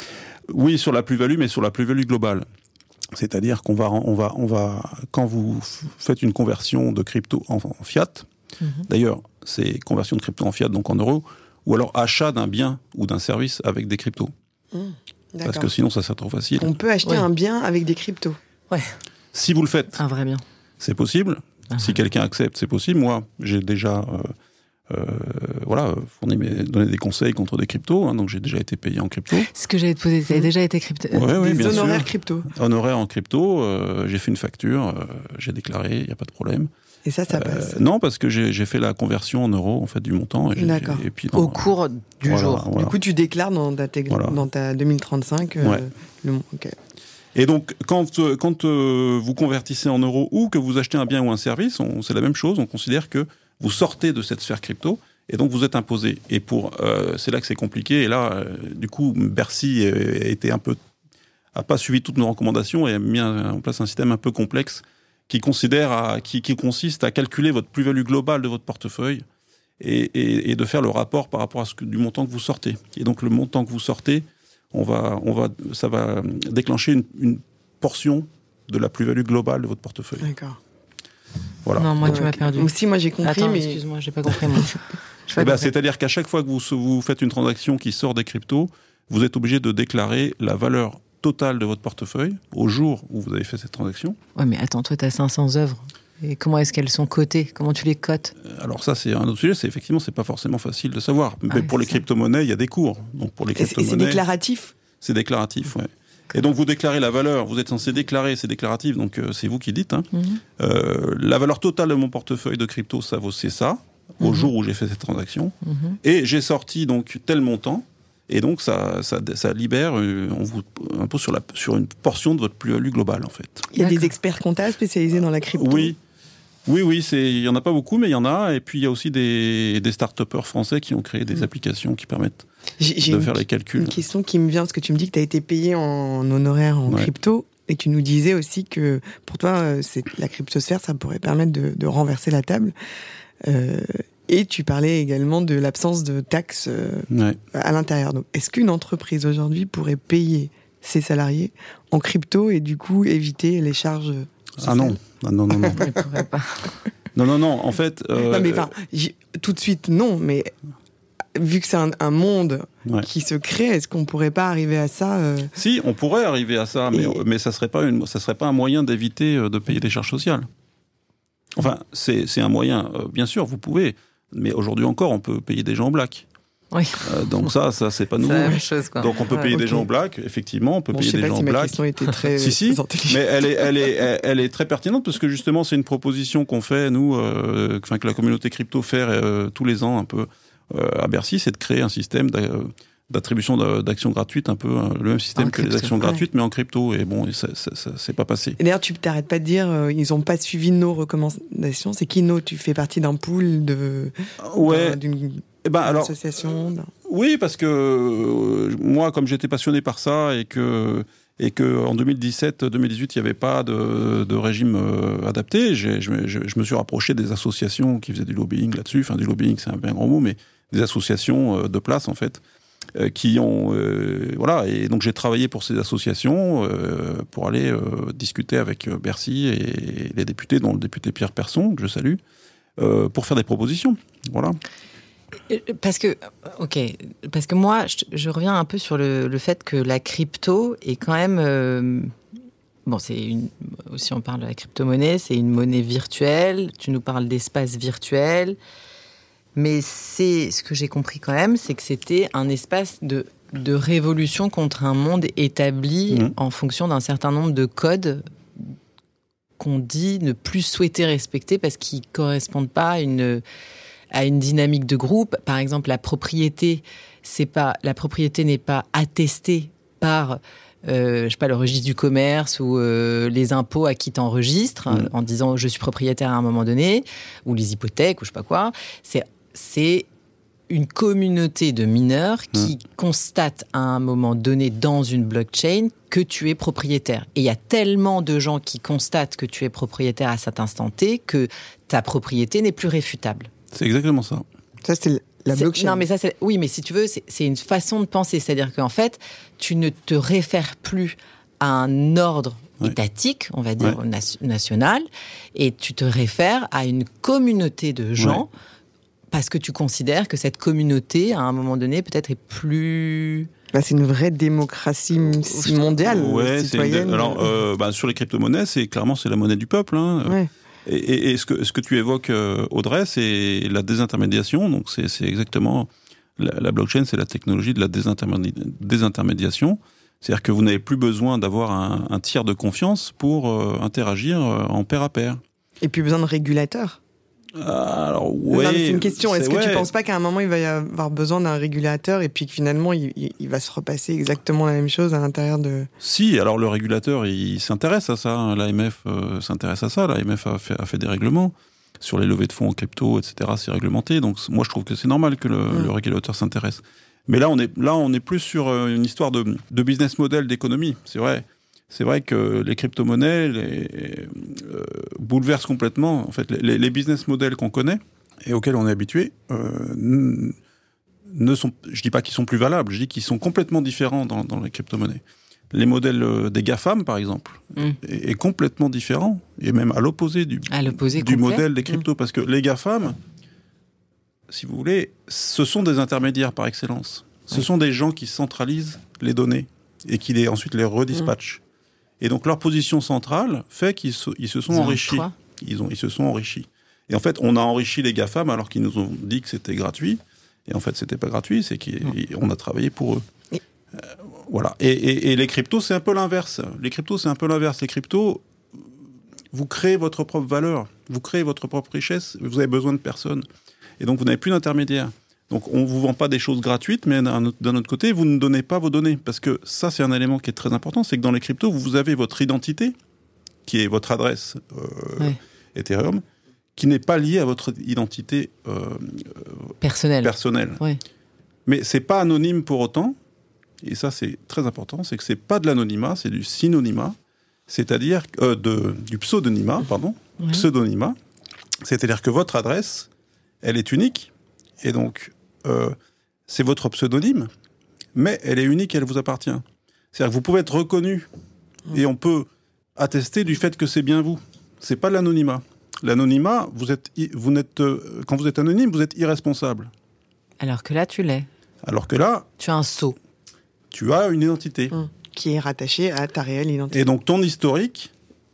Oui, sur la plus-value, mais sur la plus-value globale. C'est-à-dire qu'on va, on va, on va, quand vous faites une conversion de crypto en, en fiat, mm-hmm. d'ailleurs, c'est conversion de crypto en fiat, donc en euros, ou alors achat d'un bien ou d'un service avec des cryptos. Mmh, Parce que sinon, ça serait trop facile. On peut acheter ouais. un bien avec des cryptos. Ouais. Si vous le faites, un vrai bien. C'est possible. Ah, si ouais. quelqu'un accepte, c'est possible. Moi, j'ai déjà, euh, euh, voilà, fourni mes, donné des conseils contre des cryptos, hein, donc j'ai déjà été payé en crypto. Ce que j'allais te poser, tu as déjà été crypto. Ouais, oui, des bien honoraires sûr. crypto. Honoraires en crypto. Euh, j'ai fait une facture, euh, j'ai déclaré, il y a pas de problème. Et ça, ça passe. Euh, non, parce que j'ai, j'ai fait la conversion en euros, en fait, du montant. Et D'accord. Et puis dans, au cours du voilà, jour. Voilà. Du coup, tu déclares dans ta, voilà. dans ta deux mille trente-cinq. Euh, ouais. le... okay. Et donc, quand, quand euh, vous convertissez en euros ou que vous achetez un bien ou un service, on, c'est la même chose. On considère que vous sortez de cette sphère crypto et donc vous êtes imposé. Et pour, euh, c'est là que c'est compliqué. Et là, euh, du coup, Bercy a été un peu, a pas suivi toutes nos recommandations et a mis en place un système un peu complexe qui considère, à, qui, qui consiste à calculer votre plus-value globale de votre portefeuille et, et, et de faire le rapport par rapport à ce que, du montant que vous sortez. Et donc, le montant que vous sortez, on va, on va, ça va déclencher une, une portion de la plus-value globale de votre portefeuille. D'accord. Voilà. Non, moi, donc, tu m'as perdu. Si, moi, j'ai compris, Attends, mais... excuse-moi, j'ai pas compris, moi. Eh ben, c'est-à-dire qu'à chaque fois que vous, vous faites une transaction qui sort des cryptos, vous êtes obligé de déclarer la valeur totale de votre portefeuille au jour où vous avez fait cette transaction. Ouais, mais attends, toi, tu as cinq cents œuvres. Et comment est-ce qu'elles sont cotées ? Comment tu les cotes ? Alors ça, c'est un autre sujet. C'est effectivement, c'est pas forcément facile de savoir. Mais ah, pour les ça. crypto-monnaies, il y a des cours. Donc pour les crypto-monnaies, et c'est déclaratif ? C'est déclaratif, ouais. Et donc vous déclarez la valeur. Vous êtes censé déclarer, c'est déclaratif. Donc euh, c'est vous qui dites. Hein. Mm-hmm. Euh, la valeur totale de mon portefeuille de crypto, ça vaut c'est ça mm-hmm. au jour où j'ai fait cette transaction. Mm-hmm. Et j'ai sorti donc tel montant. Et donc, ça, ça, ça libère, euh, on vous impose sur, la, sur une portion de votre plus-value globale, en fait. Il y a D'accord. des experts comptables spécialisés dans la crypto. Oui, oui, oui, c'est, il n'y en a pas beaucoup, mais il y en a. Et puis, il y a aussi des, des start-upers français qui ont créé des mmh. applications qui permettent j'ai, j'ai de faire une, les calculs. J'ai une question qui me vient, parce que tu me dis que tu as été payé en honoraire en ouais. crypto, et tu nous disais aussi que, pour toi, c'est, la cryptosphère, ça pourrait permettre de, de renverser la table. Euh, Et tu parlais également de l'absence de taxes euh, ouais. à l'intérieur. Donc, est-ce qu'une entreprise aujourd'hui pourrait payer ses salariés en crypto et du coup éviter les charges sociales ? Ah non, ah non, non, non. Elle pourrait pas. Non, non, non. En fait, euh, non, mais enfin, tout de suite non. Mais vu que c'est un, un monde ouais. qui se crée, est-ce qu'on pourrait pas arriver à ça euh... Si, on pourrait arriver à ça, mais, et... mais ça serait pas une, ça serait pas un moyen d'éviter de payer des charges sociales. Enfin, c'est, c'est un moyen. Euh, bien sûr, vous pouvez. Mais aujourd'hui encore, on peut payer des gens en black. Oui. Euh, donc ça, ça c'est pas nouveau. C'est la même chose, quoi. Donc on peut ouais, payer okay. des gens en black, effectivement, on peut bon, payer des gens si en black. Ma question était très si si. intelligente. Mais elle est, elle est, elle, elle est très pertinente parce que justement, c'est une proposition qu'on fait nous, euh, enfin que la communauté crypto fait euh, tous les ans un peu euh, à Bercy, c'est de créer un système d'attribution d'actions gratuites, un peu hein, le même système en que crypto. Les actions gratuites, ouais. mais en crypto. Et bon, ça, ça, ça c'est pas passé. Et d'ailleurs, tu t'arrêtes pas de dire, euh, ils ont pas suivi nos recommandations. C'est qui nos ? Tu fais partie d'un pool de, ouais. d'une eh ben, alors, association. D'un... Oui, parce que euh, moi, comme j'étais passionné par ça et que et que en deux mille dix-sept deux mille dix-huit il n'y avait pas de, de régime euh, adapté, j'ai, je, je, je me suis rapproché des associations qui faisaient du lobbying là-dessus. Enfin, du lobbying, c'est un bien grand mot, mais des associations euh, de place en fait. Qui ont euh, voilà et donc j'ai travaillé pour ces associations euh, pour aller euh, discuter avec Bercy et les députés, dont le député Pierre Persson que je salue, euh, pour faire des propositions. Voilà. Parce que ok parce que moi je, je reviens un peu sur le, le fait que la crypto est quand même euh, bon c'est une aussi on parle de la crypto-monnaie, c'est une monnaie virtuelle. Tu nous parles d'espace virtuel. Mais c'est, ce que j'ai compris quand même, c'est que c'était un espace de, de révolution contre un monde établi mmh. en fonction d'un certain nombre de codes qu'on dit ne plus souhaiter respecter parce qu'ils ne correspondent pas à une, à une dynamique de groupe. Par exemple, la propriété, c'est pas, la propriété n'est pas attestée par... Euh, je sais pas, le registre du commerce ou euh, les impôts à qui t'enregistres mmh. en disant je suis propriétaire à un moment donné, ou les hypothèques ou je sais pas quoi. C'est, c'est une communauté de mineurs qui mmh. constate à un moment donné dans une blockchain que tu es propriétaire. Et il y a tellement de gens qui constatent que tu es propriétaire à cet instant T que ta propriété n'est plus réfutable. C'est exactement ça. Ça, c'est la blockchain. C'est, non, mais ça, c'est, oui, mais si tu veux, c'est, c'est une façon de penser. C'est-à-dire qu'en fait, tu ne te réfères plus à un ordre ouais. étatique, on va dire, ouais. na- national, et tu te réfères à une communauté de gens ouais. parce que tu considères que cette communauté, à un moment donné, peut-être est plus... Bah, c'est une vraie démocratie mondiale, ouais, citoyenne. C'est une... Alors, euh, bah, sur les crypto-monnaies, c'est clairement c'est la monnaie du peuple. Hein. Ouais. Et, et, et ce que ce que tu évoques, euh, Audrey, c'est la désintermédiation. Donc, c'est, c'est exactement la, la blockchain, c'est la technologie de la désintermédi... désintermédiation. C'est-à-dire que vous n'avez plus besoin d'avoir un, un tiers de confiance pour euh, interagir euh, en pair à pair. Et plus besoin de régulateurs. Alors, ouais, non, mais c'est une question. C'est, Est-ce que ouais. tu ne penses pas qu'à un moment, il va y avoir besoin d'un régulateur et puis que finalement, il, il, il va se repasser exactement la même chose à l'intérieur de... Si, alors le régulateur, il s'intéresse à ça. L'A M F euh, s'intéresse à ça. L'A M F a fait, a fait des règlements sur les levées de fonds en crypto, et cetera. C'est réglementé. Donc, moi, je trouve que c'est normal que le, mmh. le régulateur s'intéresse. Mais là, on est, là, on est plus sur une histoire de, de business model, d'économie. C'est vrai. C'est vrai que les crypto-monnaies les, euh, bouleversent complètement en fait, les, les business models qu'on connaît et auxquels on est habitué. Euh, ne sont, je ne dis pas qu'ils sont plus valables, je dis qu'ils sont complètement différents dans, dans les crypto-monnaies. Les modèles des GAFAM, par exemple, mmh. est, est complètement différent, et même à l'opposé du, à l'opposé du complet. modèle des cryptos. Mmh. Parce que les GAFAM, si vous voulez, ce sont des intermédiaires par excellence. Ce oui. sont des gens qui centralisent les données et qui les, ensuite les redispatchent. Mmh. Et donc, leur position centrale fait qu'ils se, ils se sont ils enrichis. Ils, ont, ils se sont enrichis. Et en fait, on a enrichi les GAFAM alors qu'ils nous ont dit que c'était gratuit. Et en fait, c'était pas gratuit, c'est qu'on a travaillé pour eux. Et... Euh, voilà. Et, et, et les cryptos, c'est un peu l'inverse. Les cryptos, c'est un peu l'inverse. Les cryptos, vous créez votre propre valeur. Vous créez votre propre richesse. Vous avez besoin de personne. Et donc, vous n'avez plus d'intermédiaire. Donc, on ne vous vend pas des choses gratuites, mais d'un autre côté, vous ne donnez pas vos données. Parce que ça, c'est un élément qui est très important, c'est que dans les cryptos, vous avez votre identité, qui est votre adresse euh, oui. Ethereum, qui n'est pas liée à votre identité euh, personnelle. personnelle. Oui. Mais ce n'est pas anonyme pour autant, et ça, c'est très important, c'est que ce n'est pas de l'anonymat, c'est du synonymat, c'est-à-dire euh, de, du pseudonymat, pardon, oui. pseudonymat, c'est-à-dire que votre adresse, elle est unique, et donc, euh, c'est votre pseudonyme, mais elle est unique et elle vous appartient. C'est-à-dire que vous pouvez être reconnu et on peut attester du fait que c'est bien vous. C'est pas l'anonymat. L'anonymat, vous êtes, vous n'êtes, quand vous êtes anonyme, vous êtes irresponsable. Alors que là, tu l'es. Alors que là... Tu as un sceau. Tu as une identité. Mmh. Qui est rattachée à ta réelle identité. Et donc, ton historique,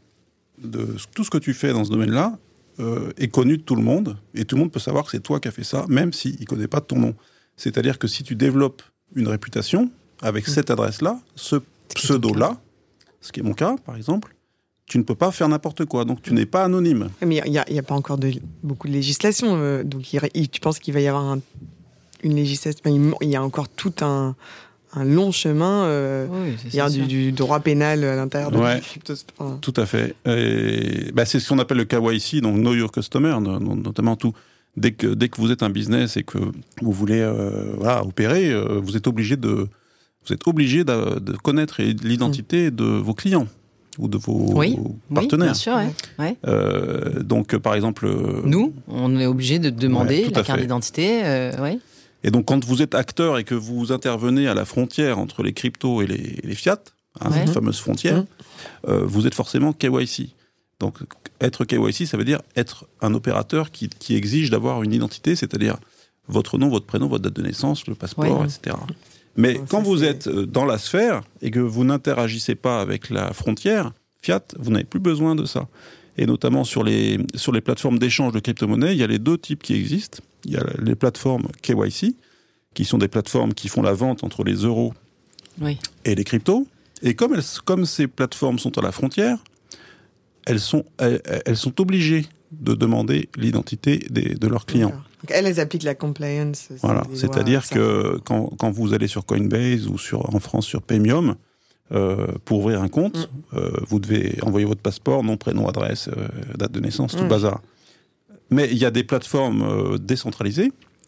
de tout ce que tu fais dans ce domaine-là, Euh, est connu de tout le monde, et tout le monde peut savoir que c'est toi qui as fait ça, même s'il ne connaît pas ton nom. C'est-à-dire que si tu développes une réputation avec mmh. cette adresse-là, ce pseudo-là, ce qui est mon cas, par exemple, tu ne peux pas faire n'importe quoi, donc tu n'es pas anonyme. Mais il n'y a, a pas encore de, beaucoup de législation, euh, donc il, il, tu penses qu'il va y avoir un, une législation, il, il y a encore tout un... un long chemin, euh, oui, il y a du, du droit pénal à l'intérieur de ouais, la crypto. Enfin... Tout à fait. Et, bah, c'est ce qu'on appelle le K Y C, donc Know Your Customer, notamment tout. Dès que, dès que vous êtes un business et que vous voulez euh, voilà, opérer, euh, vous êtes obligé, de, vous êtes obligé de, de connaître l'identité mmh. de vos clients ou de vos, oui, vos partenaires. Oui, bien sûr, ouais. Ouais. Euh, donc, par exemple... Nous, on est obligé de demander ouais, la carte d'identité. Euh, ouais. Et donc, quand vous êtes acteur et que vous intervenez à la frontière entre les cryptos et les, les fiat, hein, ouais. cette fameuse frontière, mmh. euh, vous êtes forcément K Y C. Donc, être K Y C, ça veut dire être un opérateur qui, qui exige d'avoir une identité, c'est-à-dire votre nom, votre prénom, votre date de naissance, le passeport, ouais. et cetera. Mais bon, quand ça, vous c'est... êtes dans la sphère et que vous n'interagissez pas avec la frontière fiat, vous n'avez plus besoin de ça. Et notamment sur les, sur les plateformes d'échange de crypto-monnaies, il y a les deux types qui existent. Il y a les plateformes K Y C, qui sont des plateformes qui font la vente entre les euros oui. et les cryptos. Et comme, elles, comme ces plateformes sont à la frontière, elles sont, elles, elles sont obligées de demander l'identité des, de leurs clients. Donc elles, elles appliquent la compliance. Voilà, c'est-à-dire lois, que quand, quand vous allez sur Coinbase ou sur, en France sur Paymium, euh, pour ouvrir un compte, mmh. euh, vous devez envoyer votre passeport, nom, prénom, adresse, euh, date de naissance, tout mmh. bazar. Mais il y a des plateformes euh, décentralisées,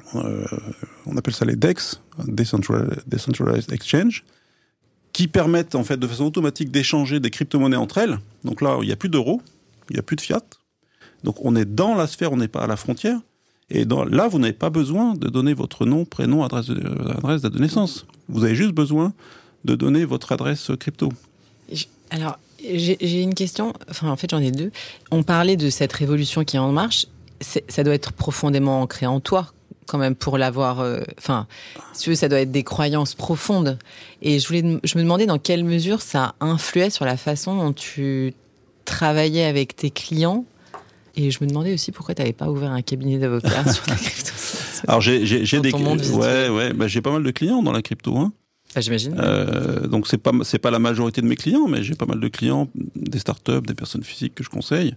euh, on appelle ça les D E X, Decentralized, Decentralized Exchange, qui permettent en fait de façon automatique d'échanger des crypto-monnaies entre elles. Donc là, il n'y a plus d'euros, il n'y a plus de fiat. Donc on est dans la sphère, on n'est pas à la frontière. Et dans, là, vous n'avez pas besoin de donner votre nom, prénom, adresse de, adresse de naissance. Vous avez juste besoin de donner votre adresse crypto. Alors, j'ai, j'ai une question. Enfin, en fait, j'en ai deux. On parlait de cette révolution qui est en marche. C'est, ça doit être profondément ancré en toi, quand même, pour l'avoir... Euh, enfin, si tu veux, ça doit être des croyances profondes. Et je, voulais, je me demandais dans quelle mesure ça influait sur la façon dont tu travaillais avec tes clients. Et je me demandais aussi pourquoi tu n'avais pas ouvert un cabinet d'avocats sur la crypto. Alors, j'ai, j'ai, j'ai des... Ouais, ouais, bah, j'ai pas mal de clients dans la crypto, hein. Ah, j'imagine. Euh, donc c'est pas c'est pas la majorité de mes clients, mais j'ai pas mal de clients, des startups, des personnes physiques que je conseille.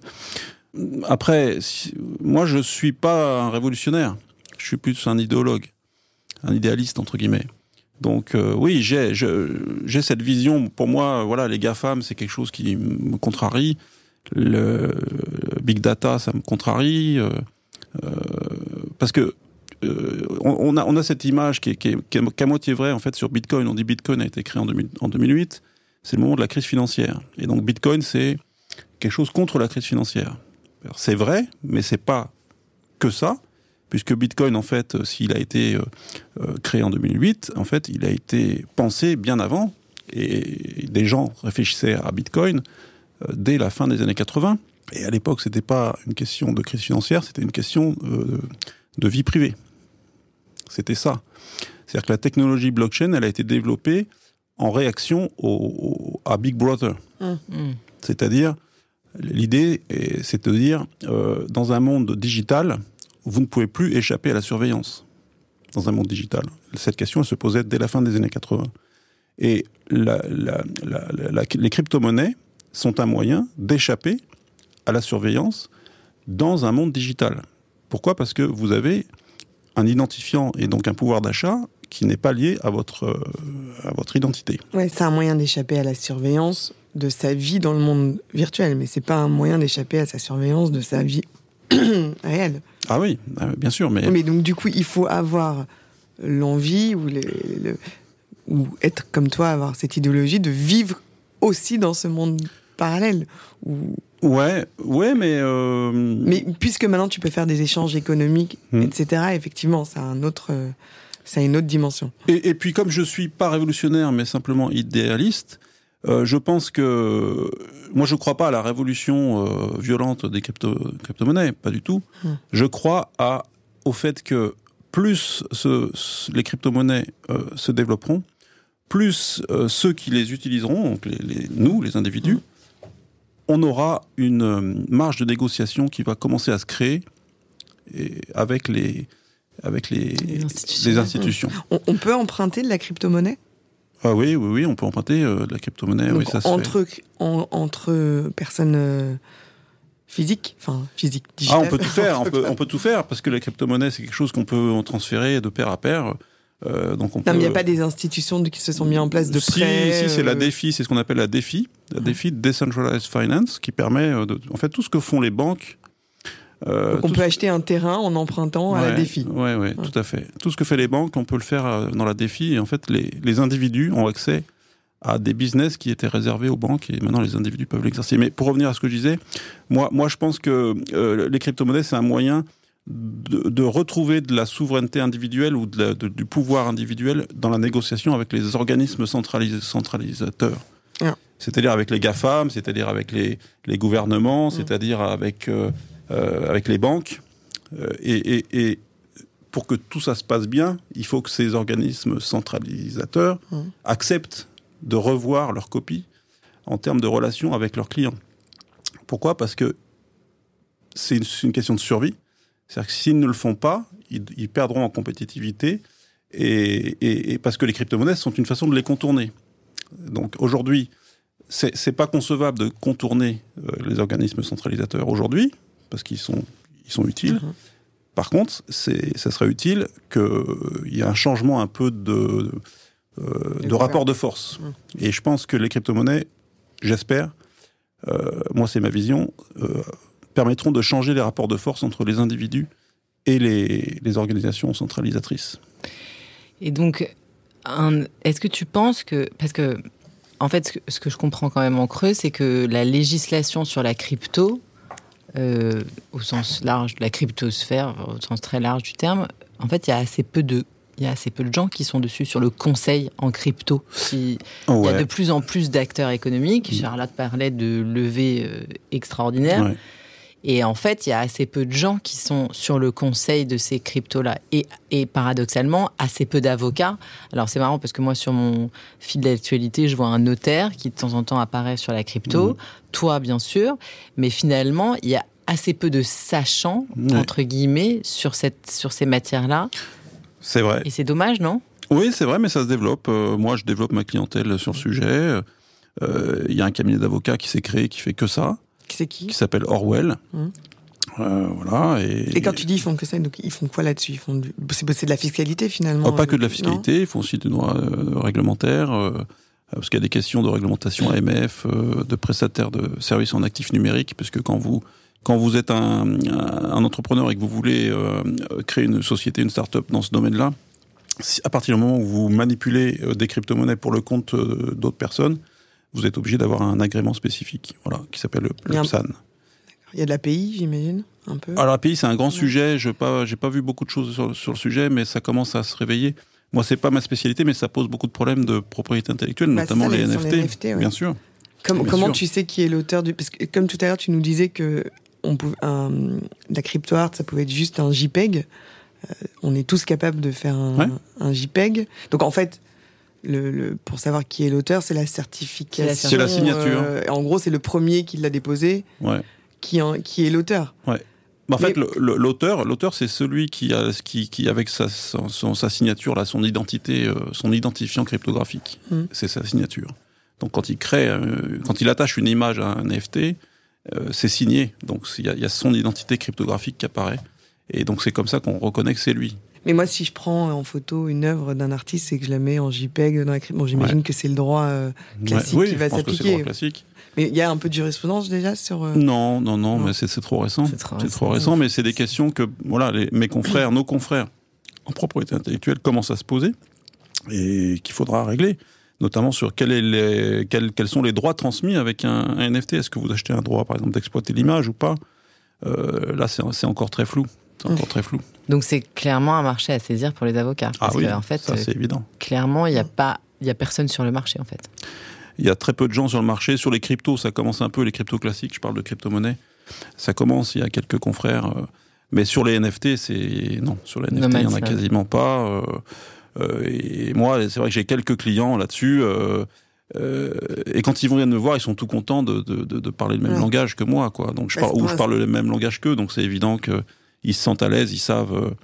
Après, si, moi je suis pas un révolutionnaire, je suis plus un idéologue, un idéaliste entre guillemets. Donc euh, oui, j'ai je, j'ai cette vision. Pour moi, voilà, les GAFAM, c'est quelque chose qui me contrarie. Le big data, ça me contrarie euh, euh, parce que Euh, on, a, on a cette image qui est, qui, est, qui est qu'à moitié vraie en fait sur Bitcoin. On dit Bitcoin a été créé en, deux mille, en deux mille huit, c'est le moment de la crise financière. Et donc Bitcoin, c'est quelque chose contre la crise financière. Alors, c'est vrai, mais c'est pas que ça, puisque Bitcoin, en fait, s'il a été euh, euh, créé en deux mille huit, en fait, il a été pensé bien avant, et des gens réfléchissaient à Bitcoin euh, dès la fin des années quatre-vingts. Et à l'époque, c'était pas une question de crise financière, c'était une question euh, de vie privée. C'était ça. C'est-à-dire que la technologie blockchain, elle a été développée en réaction au, au, à Big Brother. Mmh. C'est-à-dire, l'idée, c'est de dire, euh, dans un monde digital, vous ne pouvez plus échapper à la surveillance. Dans un monde digital. Cette question, elle se posait dès la fin des années quatre-vingts. Et la, la, la, la, la, les crypto-monnaies sont un moyen d'échapper à la surveillance dans un monde digital. Pourquoi ? Parce que vous avez un identifiant et donc un pouvoir d'achat qui n'est pas lié à votre, euh, à votre identité. Ouais, c'est un moyen d'échapper à la surveillance de sa vie dans le monde virtuel, mais c'est pas un moyen d'échapper à sa surveillance de sa vie réelle. Ah oui, bien sûr, mais... Mais donc du coup, il faut avoir l'envie ou, les, le, ou être comme toi, avoir cette idéologie de vivre aussi dans ce monde parallèle. Où... Ouais, ouais, mais... Euh... Mais puisque maintenant tu peux faire des échanges économiques, mmh. et cetera, effectivement, ça a, un autre, euh, ça a une autre dimension. Et, et puis comme je suis pas révolutionnaire, mais simplement idéaliste, euh, je pense que... Moi, je crois pas à la révolution euh, violente des crypto, crypto-monnaies, pas du tout. Mmh. Je crois à, au fait que plus ce, ce, les crypto-monnaies euh, se développeront, plus euh, ceux qui les utiliseront, donc les, les, nous, les individus, mmh. on aura une marge de négociation qui va commencer à se créer et avec les, avec les, les institutions. Les institutions. On, on peut emprunter de la crypto-monnaie ? Ah oui, oui, oui, on peut emprunter euh, de la crypto-monnaie. Donc, oui, ça entre, se fait. En, entre personnes euh, physiques, enfin physiques, digitales. Ah, on peut tout faire, on peut, on peut tout faire, parce que la crypto-monnaie, c'est quelque chose qu'on peut transférer de pair à pair. Euh, donc on non, peut... mais il n'y a pas des institutions qui se sont mises en place de si, prêt. Si, c'est euh... la DeFi, c'est ce qu'on appelle la DeFi, la mmh. DeFi, Decentralized Finance, qui permet, de, en fait, tout ce que font les banques. Euh, donc on peut ce... acheter un terrain en empruntant ouais, à la DeFi. Oui, ouais, ouais, tout à fait. Tout ce que fait les banques, on peut le faire dans la DeFi, et en fait, les, les individus ont accès à des business qui étaient réservés aux banques, et maintenant les individus peuvent l'exercer. Mais pour revenir à ce que je disais, moi, moi je pense que euh, les crypto-monnaies, c'est un moyen De, de retrouver de la souveraineté individuelle ou de la, de, du pouvoir individuel dans la négociation avec les organismes centralis- centralisateurs. Ah. C'est-à-dire avec les GAFAM, c'est-à-dire avec les, les gouvernements, mmh. c'est-à-dire avec, euh, euh, avec les banques. Euh, et, et, et pour que tout ça se passe bien, il faut que ces organismes centralisateurs mmh. acceptent de revoir leur copie en termes de relations avec leurs clients. Pourquoi ? Parce que c'est une, c'est une question de survie. C'est-à-dire que s'ils ne le font pas, ils, ils perdront en compétitivité, et, et, et parce que les crypto-monnaies sont une façon de les contourner. Donc aujourd'hui, c'est, c'est pas concevable de contourner euh, les organismes centralisateurs aujourd'hui, parce qu'ils sont, ils sont utiles. Mmh. Par contre, c'est, ça serait utile qu'il euh, y ait un changement un peu de, euh, de rapport de force. Mmh. Et je pense que les crypto-monnaies, j'espère, euh, moi c'est ma vision, euh, permettront de changer les rapports de force entre les individus et les, les organisations centralisatrices. Et donc, un, est-ce que tu penses que... Parce que, en fait, ce que, ce que je comprends quand même en creux, c'est que la législation sur la crypto, euh, au sens large de la cryptosphère, au sens très large du terme, en fait, il y a assez peu de... Il y a assez peu de gens qui sont dessus sur le conseil en crypto. Si, ouais. Il y a de plus en plus d'acteurs économiques. Mmh. Charlotte parlait de levées euh, extraordinaires. Ouais. Et en fait, il y a assez peu de gens qui sont sur le conseil de ces cryptos-là. Et, et paradoxalement, assez peu d'avocats. Alors, c'est marrant parce que moi, sur mon fil d'actualité, je vois un notaire qui, de temps en temps, apparaît sur la crypto. Mmh. Toi, bien sûr. Mais finalement, il y a assez peu de sachants, ouais. entre guillemets, sur, cette, sur ces matières-là. C'est vrai. Et c'est dommage, non ? Oui, c'est vrai, mais ça se développe. Euh, moi, je développe ma clientèle sur le sujet. Il euh, y a un cabinet d'avocats qui s'est créé, qui fait que ça. C'est qui ? Qui s'appelle Orwell. Mmh. Euh, voilà. Et, et quand tu dis ils font que ça, donc ils font quoi là-dessus ? Ils font du... c'est, c'est de la fiscalité finalement. Oh, pas que de la fiscalité, non ? Ils font aussi du droit euh, réglementaire, euh, parce qu'il y a des questions de réglementation A M F, euh, de prestataires de services en actifs numériques, parce que quand vous Quand vous êtes un, un entrepreneur et que vous voulez euh, créer une société, une start-up dans ce domaine-là, si, à partir du moment où vous manipulez euh, des crypto-monnaies pour le compte euh, d'autres personnes, vous êtes obligé d'avoir un agrément spécifique, voilà, qui s'appelle le, le P S A N. Il y a de l'A P I, j'imagine, un peu. Alors l'A P I, c'est un grand ouais. sujet. Je n'ai pas, j'ai pas vu beaucoup de choses sur, sur le sujet, mais ça commence à se réveiller. Moi, c'est pas ma spécialité, mais ça pose beaucoup de problèmes de propriété intellectuelle, bah, notamment ça, les, les N F T, les N F T ouais. bien sûr. Comme, bien comment sûr. Tu sais qui est l'auteur du... Parce que comme tout à l'heure, tu nous disais que on pouvait, un, la crypto-art, ça pouvait être juste un JPEG. Euh, on est tous capables de faire un, ouais. un JPEG. Donc en fait, le, le, pour savoir qui est l'auteur, c'est la certification. C'est la signature. Euh, en gros, c'est le premier qui l'a déposé ouais. qui, en, qui est l'auteur. Ouais. En fait, Mais... le, l'auteur, l'auteur, c'est celui qui, a, qui, qui avec sa, son, sa signature, là, son identité, euh, son identifiant cryptographique, mmh. c'est sa signature. Donc quand il crée, euh, quand il attache une image à un N F T, euh, c'est signé. Donc il y, y a son identité cryptographique qui apparaît. Et donc c'est comme ça qu'on reconnaît que c'est lui. Mais moi, si je prends en photo une œuvre d'un artiste, c'est que je la mets en JPEG dans la crypto. Bon, j'imagine ouais. que c'est le droit euh, classique ouais, oui, qui va je pense s'appliquer. Que c'est le droit classique. Mais il y a un peu de jurisprudence déjà sur. Euh... Non, non, non, non, mais c'est, c'est trop récent. C'est trop, c'est récent, trop récent, mais c'est des questions que voilà, les, mes confrères, nos confrères en propriété intellectuelle commencent à se poser et qu'il faudra régler. Notamment sur quel est les, quels, quels sont les droits transmis avec un, un N F T. Est-ce que vous achetez un droit, par exemple, d'exploiter l'image ou pas ? euh, Là, c'est, c'est encore très flou. C'est encore mmh. très flou. Donc, c'est clairement un marché à saisir pour les avocats. Parce ah oui, que, en fait, ça, c'est euh, évident. Clairement, il n'y a pas, il y a personne sur le marché, en fait. Il y a très peu de gens sur le marché. Sur les cryptos, ça commence un peu, les cryptos classiques, je parle de crypto-monnaies. Ça commence, il y a quelques confrères. Euh, mais sur les N F T, c'est... Non, sur les N F T, il n'y en a quasiment pas. Euh, Euh, et moi, c'est vrai que j'ai quelques clients là-dessus. Euh, euh, et quand ils viennent me voir, ils sont tout contents de, de, de, de parler le même ouais. langage que moi, quoi. Donc je parle, ou je parle le même langage qu'eux. Donc c'est évident qu'ils se sentent à l'aise, ils savent. Euh,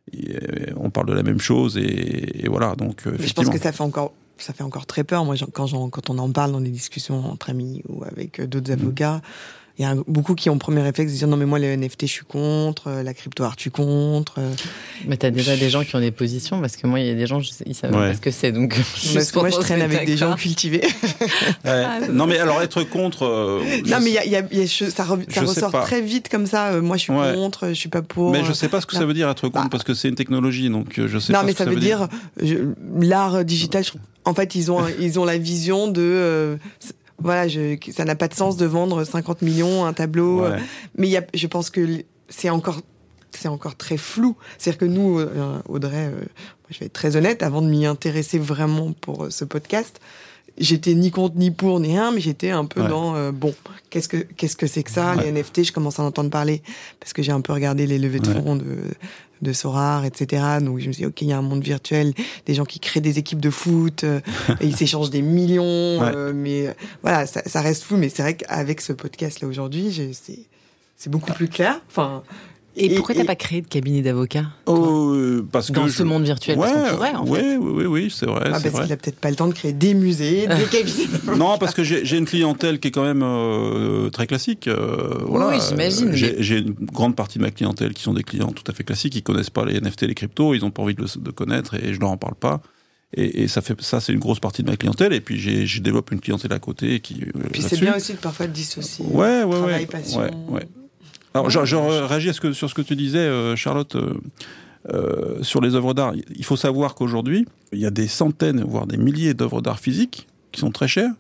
et, on parle de la même chose et, et voilà. Donc euh, je pense que ça fait encore, ça fait encore très peur. Moi, quand, j'en, quand on en parle dans des discussions entre amis ou avec d'autres mmh. avocats. Il y a beaucoup qui ont le premier réflexe de dire non mais moi les N F T je suis contre, la crypto art je suis contre. Mais t'as déjà des gens qui ont des positions parce que moi il y a des gens je sais, ils savent ouais. pas ce que c'est donc. Parce que moi je traîne avec des gens cultivés. ouais. Non mais alors être contre. Euh, non mais il y a, y a, y a, ça, re, ça ressort très vite comme ça. Euh, moi je suis ouais. contre, je suis pas pour. Mais je sais pas ce que non. ça veut dire être contre bah. parce que c'est une technologie donc je sais non, pas. Non mais ce ça, que veut ça dire, veut dire je, l'art digital. Je, en fait ils ont ils ont la vision de. Euh, Voilà, je, ça n'a pas de sens de vendre cinquante millions un tableau. Ouais. Mais y a, je pense que c'est encore, c'est encore très flou. C'est-à-dire que nous, euh, Audrey, euh, je vais être très honnête, avant de m'y intéresser vraiment pour euh, ce podcast, j'étais ni contre ni pour ni rien, mais j'étais un peu ouais. dans euh, bon, qu'est-ce que qu'est-ce que c'est que ça, ouais. les N F T. Je commence à en entendre parler parce que j'ai un peu regardé les levées de ouais. fonds de de Sorare, et cetera. Donc je me suis dit ok, il y a un monde virtuel, des gens qui créent des équipes de foot, euh, et ils s'échangent des millions. Ouais. Euh, mais euh, voilà, ça, ça reste fou. Mais c'est vrai qu'avec ce podcast là aujourd'hui, j'ai, c'est c'est beaucoup plus clair. Enfin. Et, et pourquoi et, t'as pas créé de cabinet d'avocat oh, euh, parce que dans je... ce monde virtuel ouais, parce qu'on pourrait, en ouais, fait. Oui, oui, oui, c'est vrai. Ah, c'est parce vrai. qu'il a peut-être pas le temps de créer des musées, des cabinets d'avocats. Non, parce que j'ai, j'ai une clientèle qui est quand même euh, très classique. Euh, voilà. Oui, j'imagine. J'ai, mais... j'ai une grande partie de ma clientèle qui sont des clients tout à fait classiques, qui connaissent pas les N F T, les cryptos, ils ont pas envie de, le, de connaître et je leur en parle pas. Et, et ça fait ça, c'est une grosse partie de ma clientèle. Et puis j'ai, je développe une clientèle à côté qui. Euh, puis c'est bien aussi de parfois de dissocier. Ouais, ouais, travail, ouais. passion. Ouais, ouais. Alors, je, je réagis à ce que, sur ce que tu disais, euh, Charlotte, euh, euh, sur les œuvres d'art. Il faut savoir qu'aujourd'hui, il y a des centaines, voire des milliers d'œuvres d'art physiques qui sont très chères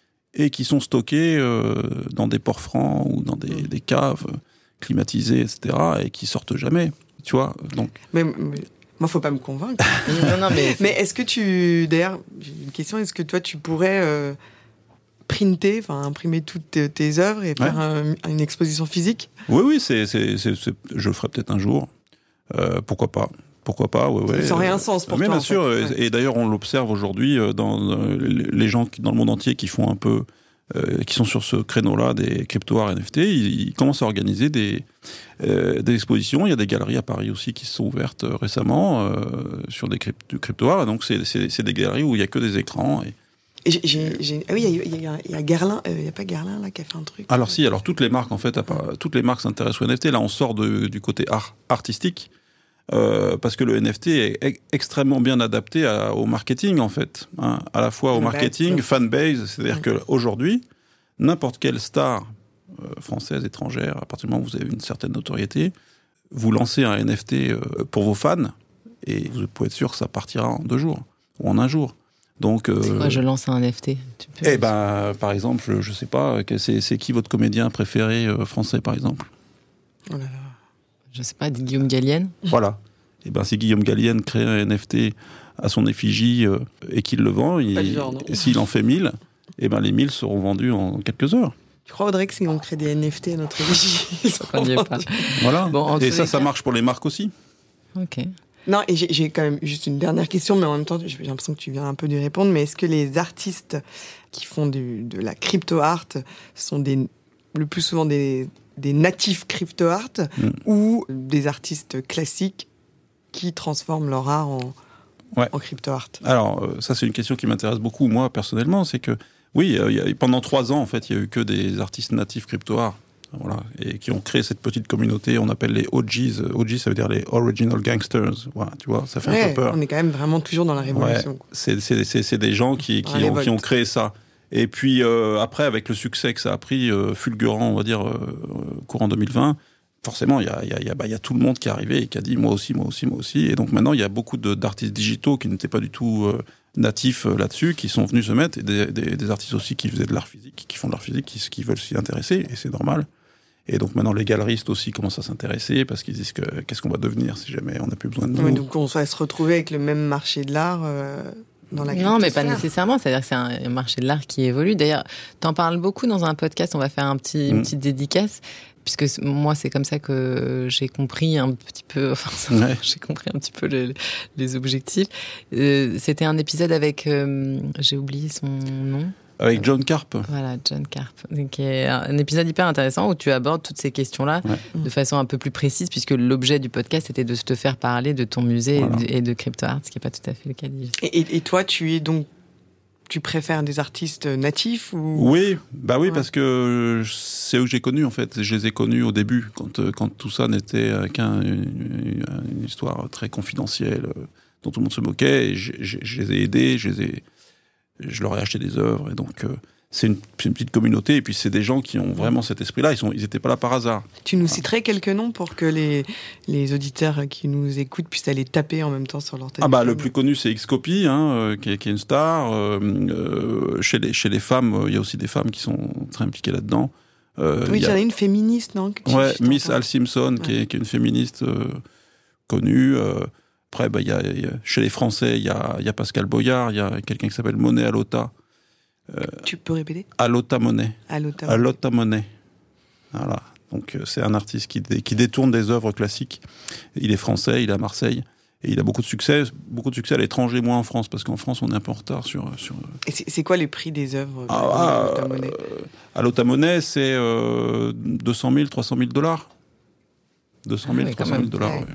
et qui sont stockées euh, dans des ports francs ou dans des, des caves climatisées, et cetera, et qui sortent jamais. Tu vois, donc. Mais, mais moi, faut pas me convaincre. non, non, mais, mais est-ce que tu, d'ailleurs, j'ai une question. Est-ce que toi, tu pourrais euh, printer, enfin imprimer toutes tes, tes œuvres et faire ouais. un, une exposition physique ? Oui, oui, c'est, c'est, c'est, c'est, je le ferai peut-être un jour. Euh, pourquoi pas ? Pourquoi pas ouais, ouais. Ça n'a rien sens pour mais toi. Bien sûr, fait. et, et d'ailleurs, on l'observe aujourd'hui dans euh, les gens qui, dans le monde entier qui font un peu. Euh, qui sont sur ce créneau-là des crypto-arts N F T, ils, ils commencent à organiser des, euh, des expositions. Il y a des galeries à Paris aussi qui se sont ouvertes euh, récemment euh, sur des crypt- du crypto-art. Donc, c'est, c'est, c'est des galeries où il n'y a que des écrans. Et, et j'ai, j'ai, j'ai... Ah oui, il y a, y a, y a Guerlain, il euh, n'y a pas Guerlain là, qui a fait un truc. Alors si, alors toutes les marques, en fait, à part, toutes les marques s'intéressent au N F T. Là, on sort de, du côté art, artistique. Euh, parce que le N F T est e- extrêmement bien adapté à, au marketing, en fait. Hein, à la fois au marketing, ouais. fanbase, c'est-à-dire ouais. qu'aujourd'hui, n'importe quelle star euh, française, étrangère, à partir du moment où vous avez une certaine notoriété, vous lancez un N F T euh, pour vos fans, et vous pouvez être sûr que ça partira en deux jours, ou en un jour. Donc, euh, c'est quoi, je lance un N F T tu peux Eh ben, par exemple, je sais pas, c'est, c'est qui votre comédien préféré euh, français, par exemple ? Oh là là. Je sais pas, Guillaume Gallienne. Voilà. Et ben si Guillaume Gallienne crée un N F T à son effigie euh, et qu'il le vend, il, genre, et s'il en fait mille, et ben les mille seront vendus en quelques heures. Tu crois, Audrey, que si on crée des N F T à notre effigie, ça n'y est pas. Voilà. Bon, et ça, cas... ça marche pour les marques aussi. Ok. Non, et j'ai, j'ai quand même juste une dernière question, mais en même temps, j'ai l'impression que tu viens un peu d'y répondre. Mais est-ce que les artistes qui font du, de la crypto-art sont des, le plus souvent des des natifs crypto-art mmh. ou des artistes classiques qui transforment leur art en, ouais. en crypto-art ? Alors, euh, ça, c'est une question qui m'intéresse beaucoup, moi, personnellement. C'est que, oui, euh, y a, pendant trois ans, en fait, il n'y a eu que des artistes natifs crypto-art, voilà, et qui ont créé cette petite communauté. On appelle les O Gs. O G, ça veut dire les Original Gangsters. Voilà, tu vois, ça fait ouais, un peu peur. On est quand même vraiment toujours dans la révolution. Ouais, c'est, c'est, c'est, c'est des gens qui, qui, ont, qui ont créé ça. Et puis euh, après, avec le succès que ça a pris, euh, fulgurant, on va dire, euh, courant deux mille vingt, forcément, il y a, y, a, y, a, bah, y a tout le monde qui est arrivé et qui a dit « moi aussi, moi aussi, moi aussi ». Et donc maintenant, il y a beaucoup de, d'artistes digitaux qui n'étaient pas du tout euh, natifs euh, là-dessus, qui sont venus se mettre, et des, des, des artistes aussi qui faisaient de l'art physique, qui font de l'art physique, qui, qui veulent s'y intéresser, et c'est normal. Et donc maintenant, les galeristes aussi commencent à s'intéresser, parce qu'ils disent que qu'est-ce qu'on va devenir si jamais on n'a plus besoin de nous. Ouais, donc on va se retrouver avec le même marché de l'art euh... Dans la non, mais pas nécessairement. C'est-à-dire que c'est un marché de l'art qui évolue. D'ailleurs, t'en parles beaucoup dans un podcast. On va faire un petit, mmh. une petite dédicace, puisque moi, c'est comme ça que j'ai compris un petit peu. Enfin, ouais. j'ai compris un petit peu le, les objectifs. Euh, c'était un épisode avec, euh, j'ai oublié son nom. Avec John Carp. Voilà, John Carp. Qui est un épisode hyper intéressant où tu abordes toutes ces questions-là ouais. de façon un peu plus précise, puisque l'objet du podcast était de te faire parler de ton musée voilà. et de, de crypto-art, ce qui n'est pas tout à fait le cas d'Yves. Et, et, et toi, tu es donc, tu préfères des artistes natifs ou... Oui, bah oui, ouais. parce que c'est eux que j'ai connus en fait. Je les ai connus au début, quand, quand tout ça n'était qu'une une histoire très confidentielle dont tout le monde se moquait. Et je, je, je les ai aidés, je les ai... je leur ai acheté des œuvres, et donc euh, c'est, une, c'est une petite communauté, et puis c'est des gens qui ont vraiment cet esprit-là, ils sont, ils étaient pas là par hasard. Tu nous citerais quelques noms pour que les, les auditeurs qui nous écoutent puissent aller taper en même temps sur leur téléphone? Ah bah le plus connu c'est Xcopy, hein, euh, qui, est, qui est une star. Euh, euh, chez, les, chez les femmes, il y a aussi des femmes qui sont très impliquées là-dedans. Euh, oui, il y, y en a une féministe, non? Ouais, Miss Al Simpson, ouais. qui, est, qui est une féministe euh, connue. Euh, Après, bah, y a, y a, chez les Français, il y a, y a Pascal Boyard, il y a quelqu'un qui s'appelle Monet Alota. Euh, tu peux répéter? Alota Monet. Alota, Alota Monet. Voilà. Donc, euh, c'est un artiste qui, dé, qui détourne des œuvres classiques. Il est français, il est à Marseille. Et il a beaucoup de succès, beaucoup de succès à l'étranger, moins en France, parce qu'en France, on est un peu en retard sur... sur... Et c'est, c'est quoi les prix des œuvres ah, à Alota Monet euh, Alota Monet, c'est euh, deux cent mille, trois cent mille dollars. deux cent mille, ah, oui, trois cent mille dollars, ouais.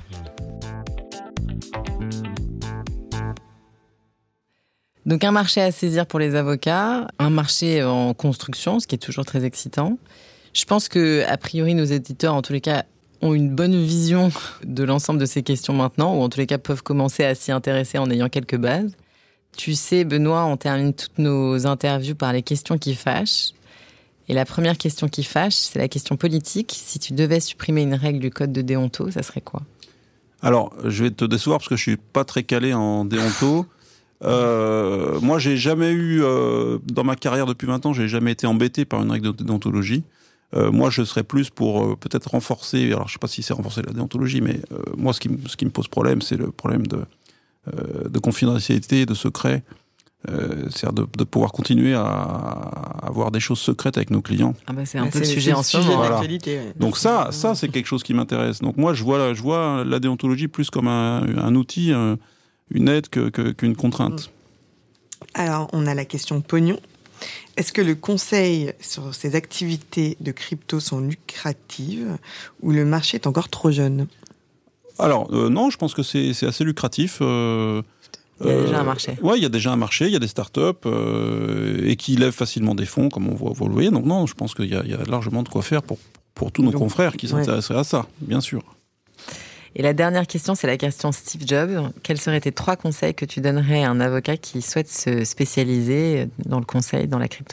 Donc un marché à saisir pour les avocats, un marché en construction, ce qui est toujours très excitant. Je pense que, a priori, nos éditeurs, en tous les cas, ont une bonne vision de l'ensemble de ces questions maintenant, ou en tous les cas peuvent commencer à s'y intéresser en ayant quelques bases. Tu sais, Benoît, on termine toutes nos interviews par les questions qui fâchent. Et la première question qui fâche, c'est la question politique. Si tu devais supprimer une règle du code de déonto, ça serait quoi ? Alors, je vais te décevoir parce que je suis pas très calé en déonto. Euh, moi, j'ai jamais eu, euh, dans ma carrière depuis vingt ans, j'ai jamais été embêté par une règle de déontologie. Euh, moi, je serais plus pour euh, peut-être renforcer, alors je sais pas si c'est renforcer la déontologie, mais euh, moi, ce qui, ce qui me pose problème, c'est le problème de, euh, de confidentialité, de secret. Euh, c'est-à-dire de, de pouvoir continuer à, à avoir des choses secrètes avec nos clients. Ah bah c'est un Bah, peu c'est, le sujet en ce moment. Voilà. Ouais. Donc ça, ça c'est quelque chose qui m'intéresse. Donc moi, je vois, je vois la déontologie plus comme un, un outil, un, une aide que, que, qu'une contrainte. Alors, on a la question pognon. Est-ce que le conseil sur ces activités de crypto sont lucratives ou le marché est encore trop jeune ? Alors, euh, non, je pense que c'est, c'est assez lucratif. Euh, Il y a déjà un marché. Oui, il y a déjà un marché, il y a des startups euh, et qui lèvent facilement des fonds, comme on voit, vous le voyez. Donc non, je pense qu'il y a, il y a largement de quoi faire pour, pour tous nos Donc, confrères qui ouais. s'intéresseraient à ça, bien sûr. Et la dernière question, c'est la question Steve Jobs. Quels seraient tes trois conseils que tu donnerais à un avocat qui souhaite se spécialiser dans le conseil, dans la cryptosphère ?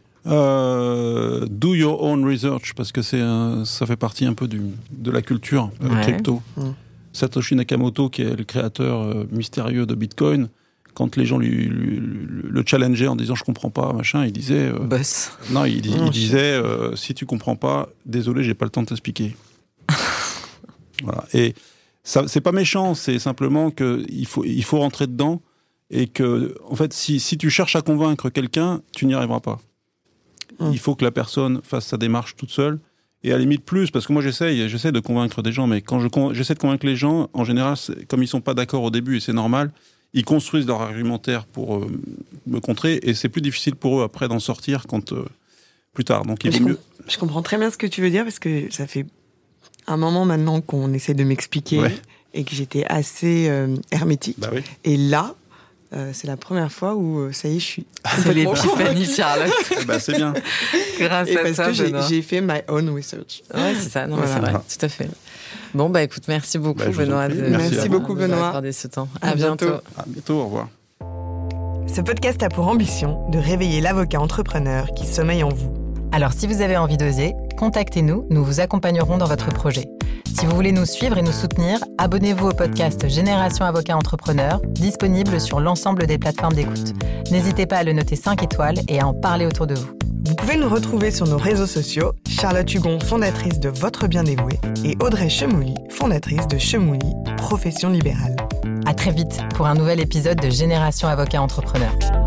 Euh, do your own research, parce que c'est un, ça fait partie un peu du, de la culture euh, Ouais. crypto. Mmh. Satoshi Nakamoto, qui est le créateur euh, mystérieux de Bitcoin, quand les gens lui, lui- lui- le challengeaient en disant « je comprends pas », machin, il disait... euh, Boss. non, il, il Mmh, disait euh, « si tu comprends pas, désolé, j'ai pas le temps de t'expliquer ». Voilà. Et ça, c'est pas méchant, c'est simplement qu'il faut, il faut rentrer dedans et que, en fait, si, si tu cherches à convaincre quelqu'un, tu n'y arriveras pas. Mmh. Il faut que la personne fasse sa démarche toute seule. Et à la limite plus, parce que moi j'essaye, j'essaie de convaincre des gens, mais quand je, con- j'essaie de convaincre les gens, en général, c'est- comme ils sont pas d'accord au début, et c'est normal, ils construisent leur argumentaire pour euh, me contrer, et c'est plus difficile pour eux après d'en sortir quand euh, plus tard. Donc il je, vaut mieux. com- je comprends très bien ce que tu veux dire parce que ça fait un moment maintenant qu'on essaie de m'expliquer Ouais. et que j'étais assez euh, hermétique. Bah oui. Et là, euh, c'est la première fois où euh, ça y est, je suis C'est complètement l'épiphanie, convaincue. Charlotte. Eh ben, c'est bien. Grâce Et à parce ça, que j'ai, Benoît. j'ai fait my own research. Ouais, c'est ça. Non, mais Voilà. c'est vrai, Voilà. tout à fait. Bon, bah écoute, merci beaucoup, Bah, je vous en Benoît. prie. de- Merci Merci à beaucoup, de nous Benoît. accorder ce temps. À À bientôt. bientôt. À bientôt, au revoir. Ce podcast a pour ambition de réveiller l'avocat entrepreneur qui sommeille en vous. Alors si vous avez envie d'oser, contactez-nous, nous vous accompagnerons dans votre projet. Si vous voulez nous suivre et nous soutenir, abonnez-vous au podcast Génération Avocat Entrepreneur, disponible sur l'ensemble des plateformes d'écoute. N'hésitez pas à le noter cinq étoiles et à en parler autour de vous. Vous pouvez nous retrouver sur nos réseaux sociaux, Charlotte Hugon, fondatrice de Votre Bien Dévoué, et Audrey Chemouli, fondatrice de Chemouli, profession libérale. À très vite pour un nouvel épisode de Génération Avocat Entrepreneur.